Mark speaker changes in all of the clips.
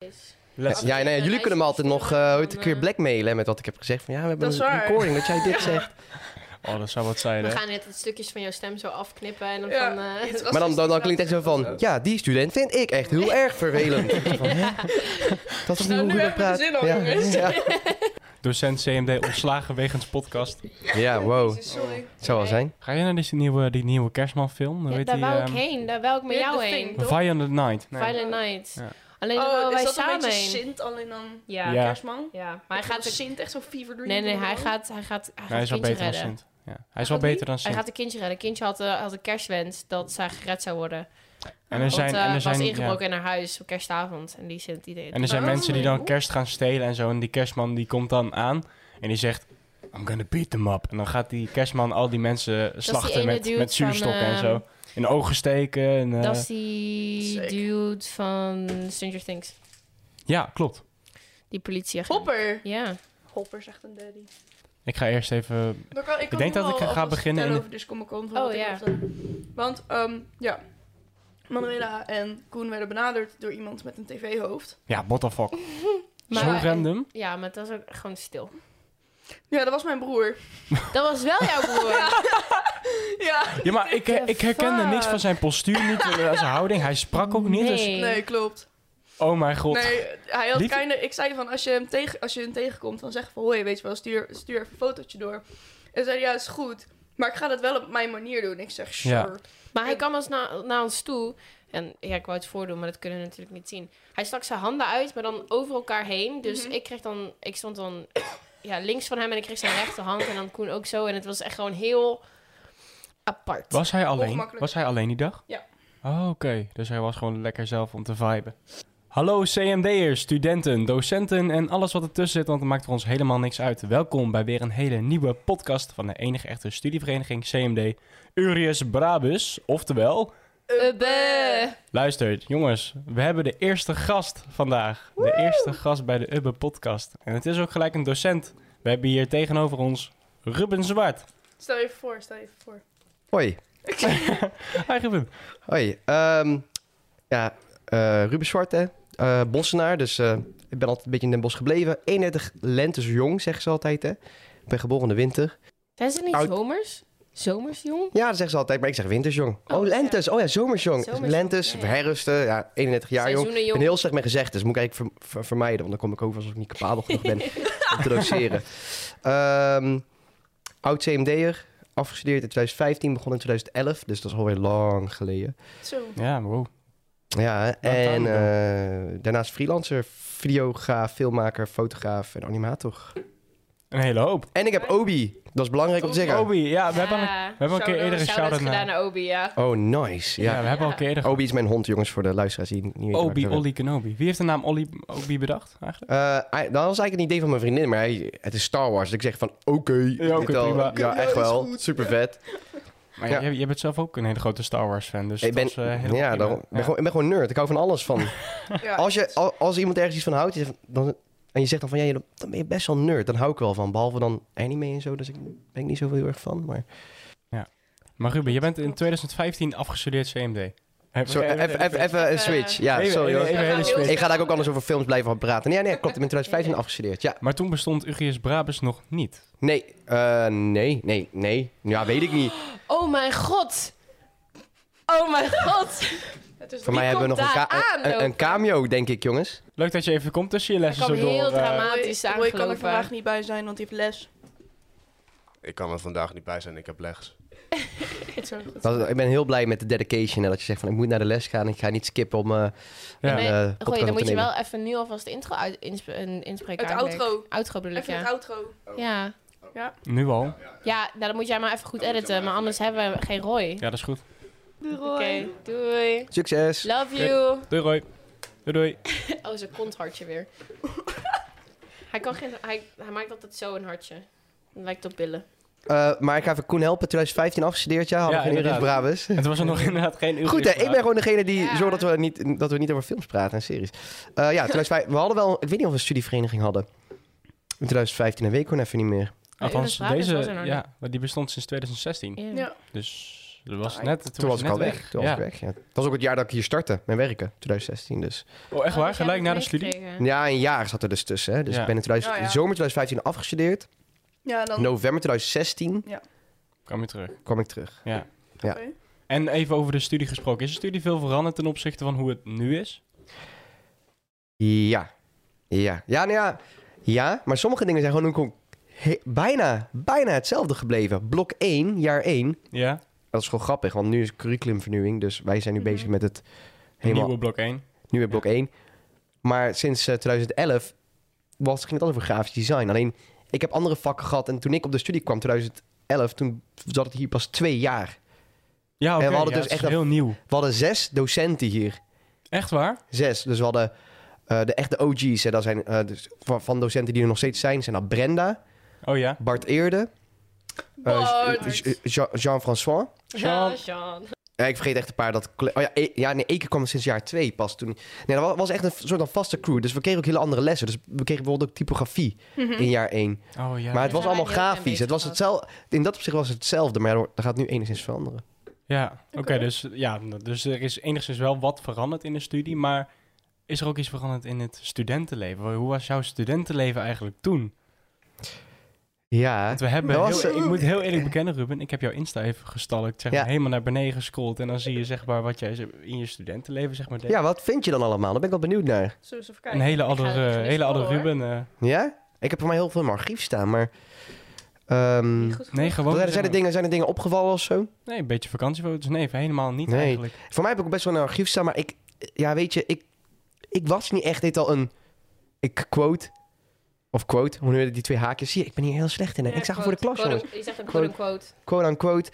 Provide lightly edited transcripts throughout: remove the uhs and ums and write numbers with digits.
Speaker 1: Let's
Speaker 2: Ja, nee, jullie kunnen me altijd nog een keer blackmailen met wat ik heb gezegd. Van ja, we hebben
Speaker 3: Dat is
Speaker 2: een
Speaker 3: waar.
Speaker 2: recording dat jij dit zegt.
Speaker 1: Oh, dat zou wat zijn,
Speaker 4: We
Speaker 1: hè?
Speaker 4: gaan net het stukjes van jouw stem zo afknippen en dan
Speaker 3: Ja.
Speaker 4: van...
Speaker 2: Maar dan klinkt het echt zo van... Ja, die student vind ik echt heel erg vervelend. Van, hè? Dat is niet
Speaker 3: Nou,
Speaker 2: hoe
Speaker 3: nu
Speaker 2: je
Speaker 3: hebben we
Speaker 2: praat.
Speaker 3: de zin al, jongens.
Speaker 2: Ja.
Speaker 1: Docent CMD ontslagen wegens podcast.
Speaker 2: Ja, wow.
Speaker 3: Sorry.
Speaker 2: Het zou wel zijn.
Speaker 1: Ga je naar die nieuwe Kerstman-film?
Speaker 4: Ja,
Speaker 1: Weet
Speaker 4: daar
Speaker 1: die,
Speaker 4: wou ik heen. Daar wou ik met
Speaker 3: Ja,
Speaker 4: jou
Speaker 3: The
Speaker 4: heen.
Speaker 3: Thing.
Speaker 1: Violent Night. Nee.
Speaker 4: Violent Night.
Speaker 1: Ja.
Speaker 4: Alleen daar wouden wij
Speaker 3: is dat een
Speaker 4: samen
Speaker 3: beetje
Speaker 4: heen.
Speaker 3: Sint alleen dan
Speaker 4: Ja.
Speaker 1: Ja.
Speaker 3: Kerstman?
Speaker 4: Ja, maar hij
Speaker 3: Gaat
Speaker 4: gaat...
Speaker 3: Sint echt zo fever dream?
Speaker 4: Nee, hij
Speaker 3: doen?
Speaker 4: gaat
Speaker 1: Nee, hij
Speaker 4: een
Speaker 1: is wel
Speaker 4: kindje
Speaker 1: beter dan
Speaker 4: redden.
Speaker 1: Sint. Ja. Hij is wel
Speaker 3: Gaat
Speaker 1: beter dan
Speaker 4: Hij
Speaker 1: Sint.
Speaker 4: gaat een kindje redden. Een kindje had een kerstwens dat zij gered zou worden.
Speaker 1: En er zijn,
Speaker 4: Want,
Speaker 1: en
Speaker 4: was ingebroken in haar huis op kerstavond. En die Sint idee.
Speaker 1: En er zijn
Speaker 3: Oh.
Speaker 1: mensen die dan kerst gaan stelen en zo. En die kerstman die komt dan aan en die zegt... I'm gonna beat them up. En dan gaat die kerstman al die mensen slachten
Speaker 4: ene
Speaker 1: met
Speaker 4: dude
Speaker 1: zuurstokken
Speaker 4: van,
Speaker 1: en zo. In de ogen steken. En,
Speaker 4: Dat is die
Speaker 3: Sick.
Speaker 4: dude van Stranger Things.
Speaker 1: Ja, klopt.
Speaker 4: Die politie.
Speaker 3: Hopper.
Speaker 4: Ja.
Speaker 3: Hopper zegt een daddy.
Speaker 1: Ik ga eerst even...
Speaker 3: Ik
Speaker 1: denk dat ik ga beginnen in
Speaker 3: over Discomicon.
Speaker 4: Oh, ja.
Speaker 3: Want, ja. Manuela en Koen werden benaderd door iemand met een tv-hoofd.
Speaker 1: Ja, what the fuck.
Speaker 4: Maar-
Speaker 1: Zo random.
Speaker 4: Ja, maar het was ook gewoon stil.
Speaker 3: Ja, dat was mijn broer.
Speaker 4: Dat was wel jouw broer.
Speaker 3: Ja.
Speaker 1: Ja, maar ik herkende niks van zijn postuur, niet van zijn houding. Hij sprak ook niet. Dus,
Speaker 4: Nee.
Speaker 3: Nee, klopt.
Speaker 1: oh mijn god.
Speaker 3: Nee, hij had
Speaker 1: Lief-
Speaker 3: ik zei van, als je hem tegenkomt, dan zeg van, hoi, weet je wel, stuur even een fotootje door. En hij zei, ja, is goed. Maar ik ga dat wel op mijn manier doen. Ik zeg, sure.
Speaker 1: Ja.
Speaker 4: Maar hij kwam naar ons toe. En ja, ik wou het voordoen, maar dat kunnen we natuurlijk niet zien. Hij stak zijn handen uit, maar dan over elkaar heen. Dus ik stond dan links van hem en ik kreeg zijn rechterhand. En dan Koen ook zo. En het was echt gewoon heel apart.
Speaker 1: Was hij alleen?
Speaker 3: Ongemakkelijk.
Speaker 1: Was hij alleen die dag?
Speaker 3: Ja.
Speaker 1: Oh, oké. Dus hij was gewoon lekker zelf om te viben. Hallo CMD'ers, studenten, docenten en alles wat ertussen zit, want het maakt voor ons helemaal niks uit. Welkom bij weer een hele nieuwe podcast van de enige echte studievereniging CMD, Urius Brabus, oftewel... Luister, jongens, we hebben de eerste gast vandaag. De eerste gast bij de Ubbe podcast. En het is ook gelijk een docent. We hebben hier tegenover ons Ruben Zwart.
Speaker 3: Stel je even voor.
Speaker 2: Hoi.
Speaker 1: Hi Ruben.
Speaker 2: Hoi. Ruben Zwart, hè. Bossenaar, dus ik ben altijd een beetje in Den Bosch gebleven. 31 lentes jong, zeggen ze altijd, hè. Ik ben geboren in de winter.
Speaker 4: Zijn ze niet
Speaker 2: Oud-
Speaker 4: zomers? Zomers, jong?
Speaker 2: Ja, dat zeggen ze altijd, maar ik zeg winters-jong.
Speaker 4: Oh,
Speaker 2: Oh, lentes. Ja. Oh ja, zomersjong.
Speaker 4: Zomersjong,
Speaker 2: Lentes,
Speaker 4: ja, ja.
Speaker 2: herfsten, ja, 31 jaar jong.
Speaker 4: Seizoenen
Speaker 2: Ik
Speaker 4: jong.
Speaker 2: ben heel slecht met gezegd, dus moet ik eigenlijk vermijden. Want dan kom ik over alsof ik niet capabel genoeg ben om te doceren. Oud CMD'er, afgestudeerd in 2015, begon in 2011. Dus dat is alweer lang geleden.
Speaker 3: Zo.
Speaker 1: Ja, wow.
Speaker 2: Ja, en daarnaast freelancer, videograaf, filmmaker, fotograaf en animator.
Speaker 1: Een hele hoop.
Speaker 2: En ik heb Obi. Dat is belangrijk om te zeggen.
Speaker 1: Obi, ja, we hebben een keer eerder een
Speaker 4: shout-out
Speaker 1: shout-out
Speaker 4: gedaan
Speaker 1: naar...
Speaker 4: naar Obi, ja.
Speaker 2: Oh, nice.
Speaker 1: Ja,
Speaker 2: Ja.
Speaker 1: we hebben al een keer eerder...
Speaker 2: Obi is mijn hond, jongens, voor de luisteraars die niet weten. waar ik
Speaker 1: Obi,
Speaker 2: het over
Speaker 1: Ollie Kenobi. Wie heeft de naam Obi bedacht eigenlijk?
Speaker 2: heb. Dat was eigenlijk een idee van mijn vriendin, maar het is Star Wars. Dus ik zeg van, oké.
Speaker 1: Ja, oké, prima.
Speaker 2: Ja, echt wel. Super vet.
Speaker 1: Maar
Speaker 2: Ja.
Speaker 1: je bent zelf ook een hele grote Star Wars fan, dus
Speaker 2: Ik ben,
Speaker 1: dat is heel
Speaker 2: ja,
Speaker 1: prima.
Speaker 2: ik ben gewoon nerd. Ik hou van alles van.
Speaker 3: Ja,
Speaker 2: Als iemand ergens iets van houdt, en je zegt dan van, ja, dan ben je best wel nerd. Dan hou ik wel van. Behalve dan anime en zo, dus ik ben ik niet zoveel heel erg van. Maar
Speaker 1: Maar Ruben, je bent in 2015 afgestudeerd CMD.
Speaker 2: even een switch. Ja, sorry hoor.
Speaker 1: even een hele switch.
Speaker 2: Ik ga daar ook anders over films blijven praten. Nee, klopt. Ik ben in 2015 afgestudeerd. Ja.
Speaker 1: Maar toen bestond Urius Brabus nog niet.
Speaker 2: Nee. Ja, weet ik niet.
Speaker 4: Oh mijn god. Oh mijn god.
Speaker 3: het is
Speaker 2: Voor mij hebben we nog een cameo, denk ik, jongens.
Speaker 1: Leuk dat je even komt tussen je lessen
Speaker 4: Hij
Speaker 1: zo
Speaker 4: kwam
Speaker 1: door.
Speaker 4: heel dramatisch
Speaker 3: Roy kan er
Speaker 4: aangelopen.
Speaker 3: vandaag niet bij zijn, want hij heeft les.
Speaker 5: Ik kan er vandaag niet bij zijn, ik heb legs.
Speaker 3: Goed zo, goed zo.
Speaker 2: Ik ben heel blij met de dedication. En dat je zegt van, ik moet naar de les gaan. Ik ga niet skippen om
Speaker 1: Ja.
Speaker 4: Nee,
Speaker 2: podcast
Speaker 4: Roy, dan
Speaker 2: op
Speaker 4: moet
Speaker 2: te
Speaker 4: je
Speaker 2: nemen.
Speaker 4: wel even nu alvast de intro inspreken.
Speaker 3: Het
Speaker 4: eigenlijk.
Speaker 3: outro.
Speaker 4: Outro bedoel ik,
Speaker 3: Even
Speaker 4: ja.
Speaker 3: het outro.
Speaker 4: Ja.
Speaker 1: Nu al?
Speaker 4: Ja, nou, dan moet jij maar even goed editen, maar anders hebben we geen Roy.
Speaker 1: Ja, dat is goed.
Speaker 3: Doei, Roy.
Speaker 4: Oké, doei.
Speaker 2: Succes.
Speaker 4: Love you.
Speaker 1: Doei Roy. Doei.
Speaker 4: Oh, zijn konthartje weer. Hij maakt altijd zo een hartje. Het lijkt op billen.
Speaker 2: Maar ik ga even Koen helpen. 2015 afgestudeerd, ja. Hadden
Speaker 1: Ja,
Speaker 2: geen Urius
Speaker 1: inderdaad.
Speaker 2: Brabus.
Speaker 1: En toen was er nog inderdaad geen Urius
Speaker 2: Goed, hè? Ik ben
Speaker 1: Brabus.
Speaker 2: gewoon degene die
Speaker 4: Ja.
Speaker 2: zorgt dat we niet over films praten en series. 2015, we hadden wel... Ik weet niet of we een studievereniging hadden. In 2015 weet ik gewoon even niet meer.
Speaker 1: Althans,
Speaker 4: Urius Brabus was er
Speaker 1: deze...
Speaker 4: nog
Speaker 1: Ja, maar die bestond sinds 2016.
Speaker 4: Ja.
Speaker 3: Ja.
Speaker 1: Dus Dat was
Speaker 3: Ah,
Speaker 1: net,
Speaker 2: Toen was ik al
Speaker 1: net
Speaker 2: weg. Toen was ik weg, ja. Dat was ook het jaar dat ik hier startte met werken, 2016 dus.
Speaker 1: Oh, echt waar?
Speaker 4: dus jij
Speaker 1: Gelijk
Speaker 4: hebt
Speaker 1: na de studie?
Speaker 4: meegekregen.
Speaker 2: Ja, een jaar zat er dus tussen. Hè. Dus
Speaker 1: Ja.
Speaker 2: ik ben in zomer 2015 afgestudeerd.
Speaker 3: Ja, dan...
Speaker 2: November 2016
Speaker 1: Kwam je terug.
Speaker 2: kwam ik terug.
Speaker 1: Ja.
Speaker 2: Ja.
Speaker 3: Oké.
Speaker 1: En even over de studie gesproken. Is de studie veel veranderd ten opzichte van hoe het nu is?
Speaker 2: Ja. Ja, maar sommige dingen zijn gewoon ook bijna hetzelfde gebleven. Blok 1, jaar 1.
Speaker 1: Ja?
Speaker 2: Dat is gewoon grappig, want nu is curriculumvernieuwing. Dus wij zijn nu bezig met het
Speaker 1: Nieuwe blok 1.
Speaker 2: nieuwe blok 1. Maar sinds 2011 ging het altijd over grafisch design. Alleen, ik heb andere vakken gehad. En toen ik op de studie kwam, 2011, toen zat het hier pas 2 jaar.
Speaker 1: Ja, oké.
Speaker 2: En we hadden
Speaker 1: ja,
Speaker 2: dus
Speaker 1: het is
Speaker 2: echt
Speaker 1: heel nieuw.
Speaker 2: We hadden 6 docenten hier.
Speaker 1: Echt waar?
Speaker 2: 6. Dus we hadden de echte OG's. Hè, dat zijn dus van docenten die er nog steeds zijn dat Brenda,
Speaker 1: Oh ja?
Speaker 2: Bart Eerde,
Speaker 3: Bart.
Speaker 2: Jean-François.
Speaker 4: Ja, Jean.
Speaker 2: Ja, ik vergeet echt een paar. Eke kwam sinds jaar 2 pas toen. Nee, dat was echt een soort van vaste crew. Dus we kregen ook hele andere lessen. Dus we kregen bijvoorbeeld ook typografie in jaar 1.
Speaker 1: Oh ja.
Speaker 2: Maar het was
Speaker 4: Daar
Speaker 2: allemaal
Speaker 4: zijn wij heel
Speaker 2: grafisch. Het
Speaker 4: klein
Speaker 2: was hetzelfde. In dat opzicht was het hetzelfde. Maar dat gaat nu enigszins veranderen.
Speaker 1: Ja, oké.
Speaker 3: Oké.
Speaker 1: Dus er is enigszins wel wat veranderd in de studie. Maar is er ook iets veranderd in het studentenleven? Hoe was jouw studentenleven eigenlijk toen?
Speaker 2: Ja.
Speaker 1: Want we hebben
Speaker 2: Dat was-
Speaker 1: ik moet heel eerlijk bekennen, Ruben. Ik heb jouw Insta even gestalkt. Zeg maar,
Speaker 2: Ja.
Speaker 1: helemaal naar beneden gescrolld. En dan zie je zeg maar wat jij in je studentenleven zeg maar deed.
Speaker 2: Ja, wat vind je dan allemaal? Daar ben ik wel benieuwd naar.
Speaker 3: Zullen we eens even
Speaker 1: Een
Speaker 3: kijken?
Speaker 1: hele
Speaker 4: ga het
Speaker 1: andere,
Speaker 4: even
Speaker 1: hele andere
Speaker 3: scrollen,
Speaker 1: Ruben.
Speaker 2: Ja? Ik heb voor mij heel veel in mijn archief staan. Maar
Speaker 3: Niet goed
Speaker 1: Nee,
Speaker 3: genoeg.
Speaker 1: gewoon.
Speaker 2: zijn er dingen opgevallen of zo?
Speaker 1: Nee, een beetje vakantiefoto's. Nee, helemaal niet
Speaker 2: Nee.
Speaker 1: eigenlijk.
Speaker 2: Voor mij heb ik ook best wel in een archief staan. Maar ik was niet echt dit al een... Ik quote... Of quote, hoe noem je die 2 haakjes? Zie je, ik ben hier heel slecht in. Hè?
Speaker 4: Ja,
Speaker 2: ik zag het voor de
Speaker 4: quote.
Speaker 2: klas, jongens.
Speaker 4: Je zegt een
Speaker 2: Quote.
Speaker 4: quote-unquote.
Speaker 2: Quote-unquote.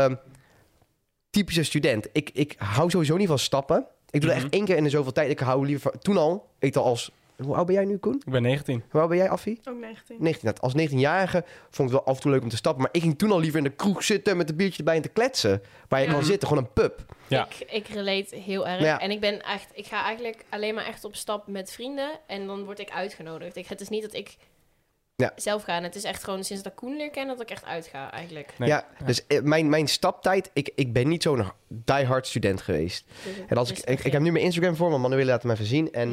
Speaker 2: Typische student. Ik hou sowieso niet van stappen. Ik doe dat echt 1 keer in de zoveel tijd. Ik hou liever van... Toen al, ik al als... Hoe oud ben jij nu, Koen?
Speaker 1: Ik ben 19.
Speaker 2: Hoe oud ben jij, Affie?
Speaker 3: Ook 19.
Speaker 2: 19. Nou, als 19-jarige vond ik het wel af en toe leuk om te stappen. Maar ik ging toen al liever in de kroeg zitten met een biertje erbij en te kletsen. Waar je
Speaker 4: Ja.
Speaker 2: kan zitten, gewoon een pub.
Speaker 1: Ja.
Speaker 4: Ik relate heel erg.
Speaker 2: Ja.
Speaker 4: En ik ga eigenlijk alleen maar echt op stap met vrienden. En dan word ik uitgenodigd. Het is niet dat ik
Speaker 2: Ja.
Speaker 4: zelf ga. En het is echt gewoon sinds dat ik Koen leer kennen dat ik echt uitga eigenlijk.
Speaker 1: Nee.
Speaker 2: Ja, dus mijn staptijd... Ik ben niet zo'n diehard student geweest.
Speaker 4: Dus
Speaker 2: En als ik heb nu mijn Instagram voor, want Manuele laat hem even zien. En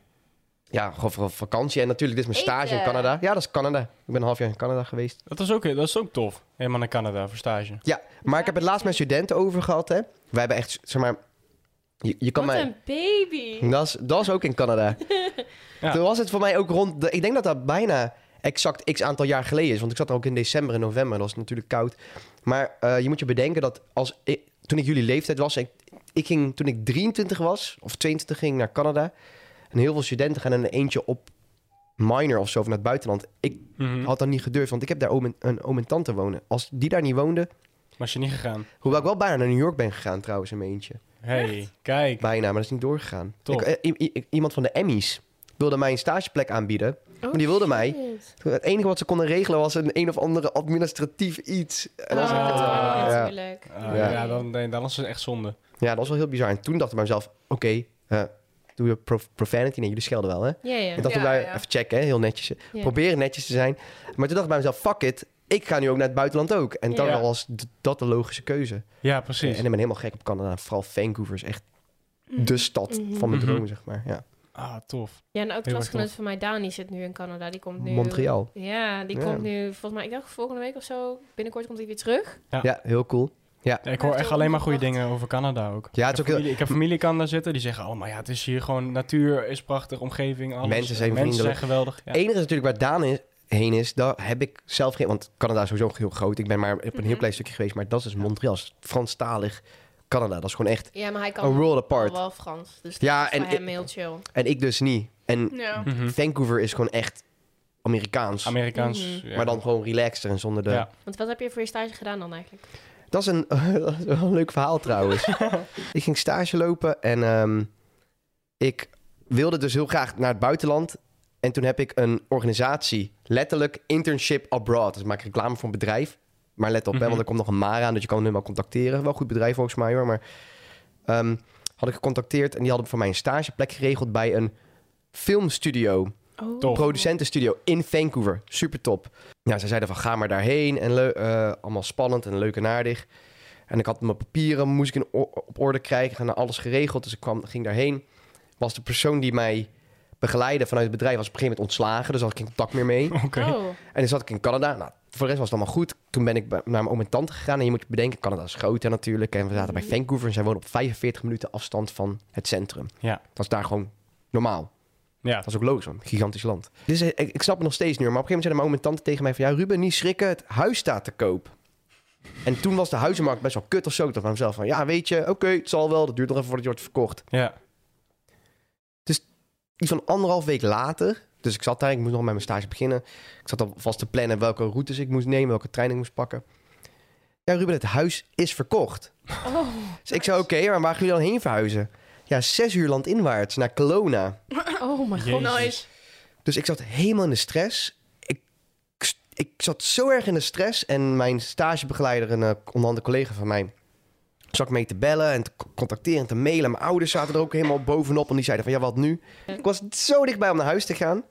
Speaker 2: ja, gewoon voor vakantie. En natuurlijk, dit is mijn stage in
Speaker 4: Eten.
Speaker 2: Canada. Ja, dat is Canada. Ik ben een half jaar in Canada geweest.
Speaker 1: Dat is ook tof. Helemaal naar Canada voor stage.
Speaker 2: Ja, maar ik heb het laatst met studenten over gehad, hè. Wij hebben echt, zeg maar... Je kan
Speaker 4: Wat
Speaker 2: mij...
Speaker 4: een baby.
Speaker 2: Dat is ook in Canada.
Speaker 1: Ja.
Speaker 2: Toen was het voor mij ook rond... Ik denk dat dat bijna exact x aantal jaar geleden is. Want ik zat er ook in december en november. Dat was natuurlijk koud. Maar je moet je bedenken dat toen ik jullie leeftijd was... Ik ging toen ik 23 was, of 22 ging naar Canada. En heel veel studenten gaan in een eentje op minor of zo, of naar het buitenland. Ik
Speaker 1: Mhm.
Speaker 2: had dat niet gedurfd, want ik heb daar een oom en tante wonen. Als die daar niet woonde...
Speaker 1: Was je niet gegaan?
Speaker 2: Hoewel ik wel bijna naar New York ben gegaan trouwens in mijn eentje.
Speaker 1: Hey, kijk.
Speaker 2: Bijna, maar dat is niet doorgegaan.
Speaker 1: Tof.
Speaker 2: Iemand van de Emmys wilde mij een stageplek aanbieden. Maar die wilde mij.
Speaker 4: Shit.
Speaker 2: Het enige wat ze konden regelen was een of andere administratief iets. En dat was-
Speaker 1: Ah.
Speaker 2: ja.
Speaker 4: Natuurlijk.
Speaker 1: Ja, dan is het echt zonde.
Speaker 2: Ja, dat was wel heel bizar. En toen dacht ik bij mezelf, oké, doe je profanity? Nee, jullie schelden wel, hè?
Speaker 4: Ja, ja.
Speaker 2: Ik dacht toen
Speaker 3: Ja,
Speaker 2: bij
Speaker 3: ja.
Speaker 2: even checken, hè, heel netjes.
Speaker 4: Ja.
Speaker 2: Proberen netjes te zijn. Maar toen dacht ik bij mezelf, fuck it. Ik ga nu ook naar het buitenland ook. En dan
Speaker 4: Ja.
Speaker 2: was dat de logische keuze.
Speaker 1: Ja,
Speaker 2: En
Speaker 1: precies.
Speaker 2: ik ben helemaal gek op Canada. Vooral Vancouver is echt de stad van mijn
Speaker 1: Mhm.
Speaker 2: droom, zeg maar. Ja.
Speaker 1: Ah, tof.
Speaker 4: Ja, een oud
Speaker 1: Heel erg
Speaker 4: klasgenoot
Speaker 1: tof.
Speaker 4: van mij, Dani, zit nu in Canada. Die komt nu...
Speaker 2: Montreal.
Speaker 4: Ja, die
Speaker 2: Ja.
Speaker 4: komt nu, volgens mij, ik dacht volgende week of zo. Binnenkort komt hij weer terug.
Speaker 2: Ja, heel cool.
Speaker 1: Ja, ik hoor
Speaker 4: heeft
Speaker 1: echt
Speaker 4: wel
Speaker 1: alleen maar goede
Speaker 4: opgebracht.
Speaker 1: dingen over Canada ook.
Speaker 2: Ja, het is ook heel...
Speaker 1: Ik heb familie in Canada zitten, die zeggen allemaal, ja, het is hier gewoon, natuur is prachtig, omgeving, alles.
Speaker 2: Mensen zijn
Speaker 1: Mensen
Speaker 2: vriendelijk.
Speaker 1: zijn geweldig. Ja.
Speaker 2: Het enige is natuurlijk waar Daan heen is, daar heb ik zelf geen... Want Canada is sowieso heel groot. Ik ben maar op een heel klein stukje geweest. Maar dat is Montreal. Dat is Franstalig Canada. Dat is gewoon echt
Speaker 4: Ja, maar hij
Speaker 2: een
Speaker 4: kan
Speaker 2: world
Speaker 4: al
Speaker 2: apart.
Speaker 4: wel Frans. Dus dat
Speaker 2: Ja,
Speaker 4: is voor
Speaker 2: en
Speaker 4: hem heel chill.
Speaker 2: En ik dus niet. En
Speaker 3: Ja.
Speaker 1: Mhm.
Speaker 2: Vancouver is gewoon echt Amerikaans.
Speaker 1: Amerikaans.
Speaker 4: Mhm.
Speaker 1: Ja.
Speaker 2: Maar dan gewoon relaxter en zonder de...
Speaker 1: Ja.
Speaker 4: Want wat heb je voor je stage gedaan dan eigenlijk?
Speaker 2: Dat is dat is wel een leuk verhaal trouwens. Ik ging stage lopen en ik wilde dus heel graag naar het buitenland. En toen heb ik een organisatie, letterlijk internship abroad. Dus ik maak reclame voor een bedrijf. Maar let op, hè,
Speaker 1: Mhm.
Speaker 2: want er komt nog een Mara aan, dat je kan hun wel contacteren. Wel een goed bedrijf volgens mij hoor, maar had ik gecontacteerd en die hadden voor mij een stageplek geregeld bij een filmstudio.
Speaker 4: Oh.
Speaker 1: Tof.
Speaker 2: Producentenstudio in Vancouver. Super top. Ja, ze zeiden van ga maar daarheen. En allemaal spannend en leuk en aardig. En ik had mijn papieren, moest ik op orde krijgen. En alles geregeld. Dus ik ging daarheen. Was de persoon die mij begeleidde vanuit het bedrijf... was op een gegeven moment ontslagen. Dus daar had ik geen contact meer mee.
Speaker 1: Oké.
Speaker 4: Oh.
Speaker 2: En dan zat ik in Canada. Nou, voor de rest was het allemaal goed. Toen ben ik naar mijn oom en tante gegaan. En je moet bedenken, Canada is groot hè, natuurlijk. En we zaten bij Vancouver. En zij wonen op 45 minuten afstand van het centrum.
Speaker 1: Ja.
Speaker 2: Dat is daar gewoon normaal.
Speaker 1: Ja.
Speaker 2: Dat is ook logisch, want gigantisch land. Dus ik snap het nog steeds niet meer. Maar op een gegeven moment zei mijn oom en tante tegen mij van... Ja, Ruben, niet schrikken. Het huis staat te koop. En toen was de huizenmarkt best wel kut of zo. Ik dacht van mezelf van... Ja, weet je, oké, het zal wel. Dat duurt nog even voordat je wordt verkocht.
Speaker 1: Ja.
Speaker 2: Iets van 1,5 week later... Dus ik zat daar, ik moest nog met mijn stage beginnen. Ik zat al vast te plannen welke routes ik moest nemen... welke trein ik moest pakken. Ja, Ruben, het huis is verkocht.
Speaker 4: Oh.
Speaker 2: Dus ik zei, oké, maar waar gaan jullie dan heen verhuizen? Ja, 6 uur landinwaarts naar Kelowna.
Speaker 4: Oh mijn god.
Speaker 1: Jezus.
Speaker 3: Nice.
Speaker 2: Dus ik zat helemaal in de stress. Ik zat zo erg in de stress. En mijn stagebegeleider, een onderhand collega van mij... zat ik mee te bellen en te contacteren en te mailen. Mijn ouders zaten er ook helemaal bovenop. En die zeiden van, ja, wat nu? Ik was zo dichtbij om naar huis te gaan.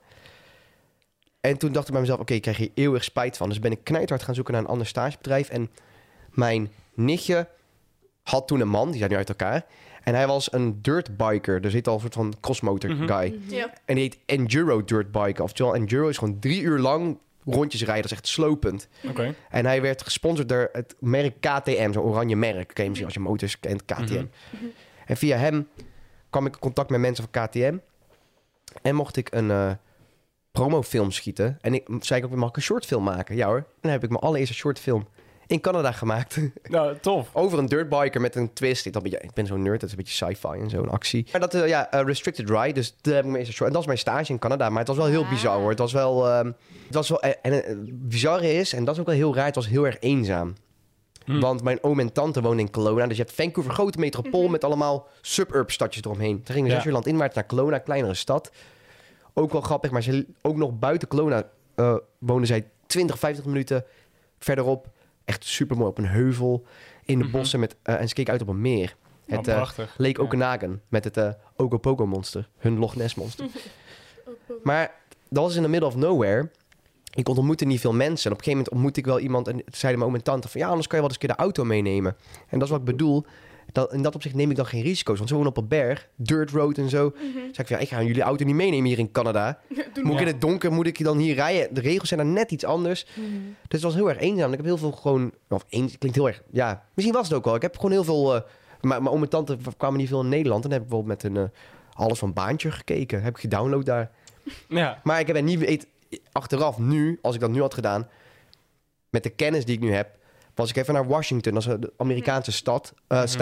Speaker 2: En toen dacht ik bij mezelf, oké, ik krijg hier eeuwig spijt van. Dus ben ik knijthard gaan zoeken naar een ander stagebedrijf. En mijn nichtje had toen een man, die zijn nu uit elkaar... En hij was een dirtbiker. Dus heet al een soort van crossmotor guy.
Speaker 3: Ja.
Speaker 2: En die heet Enduro dirtbiker. Oftewel, Enduro is gewoon 3 uur lang rondjes rijden. Dat is echt slopend.
Speaker 1: Oké.
Speaker 2: En hij werd gesponsord door het merk KTM. Zo'n oranje merk. Ken je misschien als je motors kent, KTM. En via hem kwam ik in contact met mensen van KTM. En mocht ik een promofilm schieten. En ik zei ook, mag ik een shortfilm maken? Ja hoor. En dan heb ik mijn allereerste shortfilm in Canada gemaakt.
Speaker 1: Nou, tof.
Speaker 2: Over een dirtbiker met een twist. Ik ben zo'n nerd, dat is een beetje sci-fi en zo, een actie. Maar dat, restricted ride, dus daar heb ik mijn eerste short. En dat was mijn stage in Canada, maar het was wel heel bizar hoor. Het was wel en het bizarre is, en dat is ook wel heel raar, het was heel erg eenzaam. Want mijn oom en tante woonden in Kelowna. Dus je hebt Vancouver, grote metropool met allemaal suburb stadjes eromheen. Toen gingen we 6 uur landinwaarts naar Kelowna, kleinere stad. Ook wel grappig, maar ze ook nog buiten Kelowna woonden zij 20, 50 minuten verderop. Echt super mooi op een heuvel in de bossen met en ze keken uit op een meer. Het
Speaker 1: prachtig.
Speaker 2: Lake Okanagan met het Ogopogo monster, hun Loch Ness monster. Maar dat was in the middle of nowhere. Ik ontmoette niet veel mensen. En op een gegeven moment ontmoette ik wel iemand en zeiden mijn oom en tante van ja, anders kan je wel eens een keer de auto meenemen. En dat is wat ik bedoel. In dat opzicht neem ik dan geen risico's. Want ze wonen op een berg, dirt road en zo. Zeg ik van ja, ik ga jullie auto niet meenemen hier in Canada. Moet ik in het donker, moet ik dan hier rijden? De regels zijn dan net iets anders. Dus het was heel erg eenzaam. Ik heb heel veel gewoon... klinkt heel erg... Ja, misschien was het ook wel. Ik heb gewoon heel veel... mijn oom en tante kwamen niet veel in Nederland. En dan heb ik bijvoorbeeld met een alles van Baantje gekeken. Heb ik gedownload daar.
Speaker 1: Ja.
Speaker 2: Maar ik heb het niet... Achteraf nu, als ik dat nu had gedaan... Met de kennis die ik nu heb... Was ik even naar Washington. Dat is de Amerikaanse staat.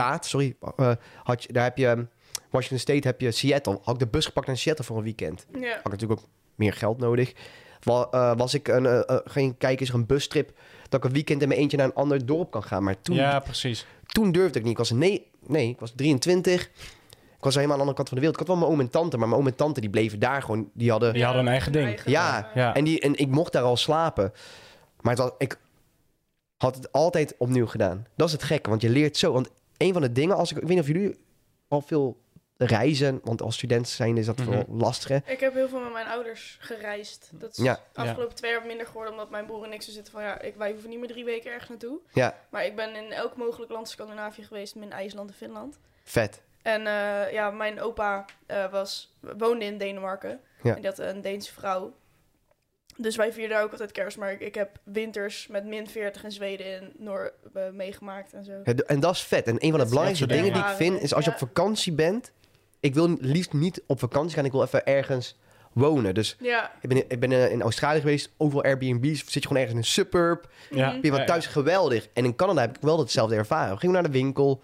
Speaker 2: Daar heb je... Washington State heb je Seattle. Had ik de bus gepakt naar Seattle voor een weekend.
Speaker 3: Ja.
Speaker 2: Had ik natuurlijk ook meer geld nodig. Was ik ging kijken, is er een bustrip... dat ik een weekend in mijn eentje naar een ander dorp kan gaan. Maar toen,
Speaker 1: Ja, precies.
Speaker 2: toen durfde ik niet. Ik was 23. Ik was helemaal aan de andere kant van de wereld. Ik had wel mijn oom en tante, maar mijn oom en tante die bleven daar gewoon. Die hadden...
Speaker 1: Die hadden een eigen ding.
Speaker 2: Ja,
Speaker 1: Ja.
Speaker 2: en ik mocht daar al slapen. Maar ik had het altijd opnieuw gedaan. Dat is het gekke, want je leert zo. Want een van de dingen, ik weet niet of jullie al veel reizen... want als student zijn is dat wel lastig, hè?
Speaker 3: Ik heb heel veel met mijn ouders gereisd. Dat is
Speaker 2: Ja.
Speaker 3: afgelopen 2 jaar minder geworden, omdat mijn broer en ik zo zitten van ja, wij hoeven niet meer 3 weken ergens naartoe.
Speaker 2: Ja,
Speaker 3: Maar ik ben in elk mogelijk land Scandinavië geweest, min IJsland en Finland.
Speaker 2: vet.
Speaker 3: En mijn opa woonde in Denemarken.
Speaker 2: Ja.
Speaker 3: En die had een Deense vrouw. Dus wij vierden daar ook altijd kerst. Maar ik heb winters met min 40 in Zweden en Noor meegemaakt en zo.
Speaker 2: En dat is vet. En een van de belangrijkste
Speaker 1: soort
Speaker 2: dingen die
Speaker 3: dingen.
Speaker 2: ik vind... is als je
Speaker 3: Ja.
Speaker 2: op vakantie bent... Ik wil liefst niet op vakantie gaan. Ik wil even ergens wonen. Dus
Speaker 3: Ja.
Speaker 2: ik ben in Australië geweest. Overal Airbnb's. Zit je gewoon ergens in een suburb.
Speaker 1: Ja.
Speaker 2: Ben je wat thuis geweldig. En in Canada heb ik wel hetzelfde ervaren. We gingen naar de winkel.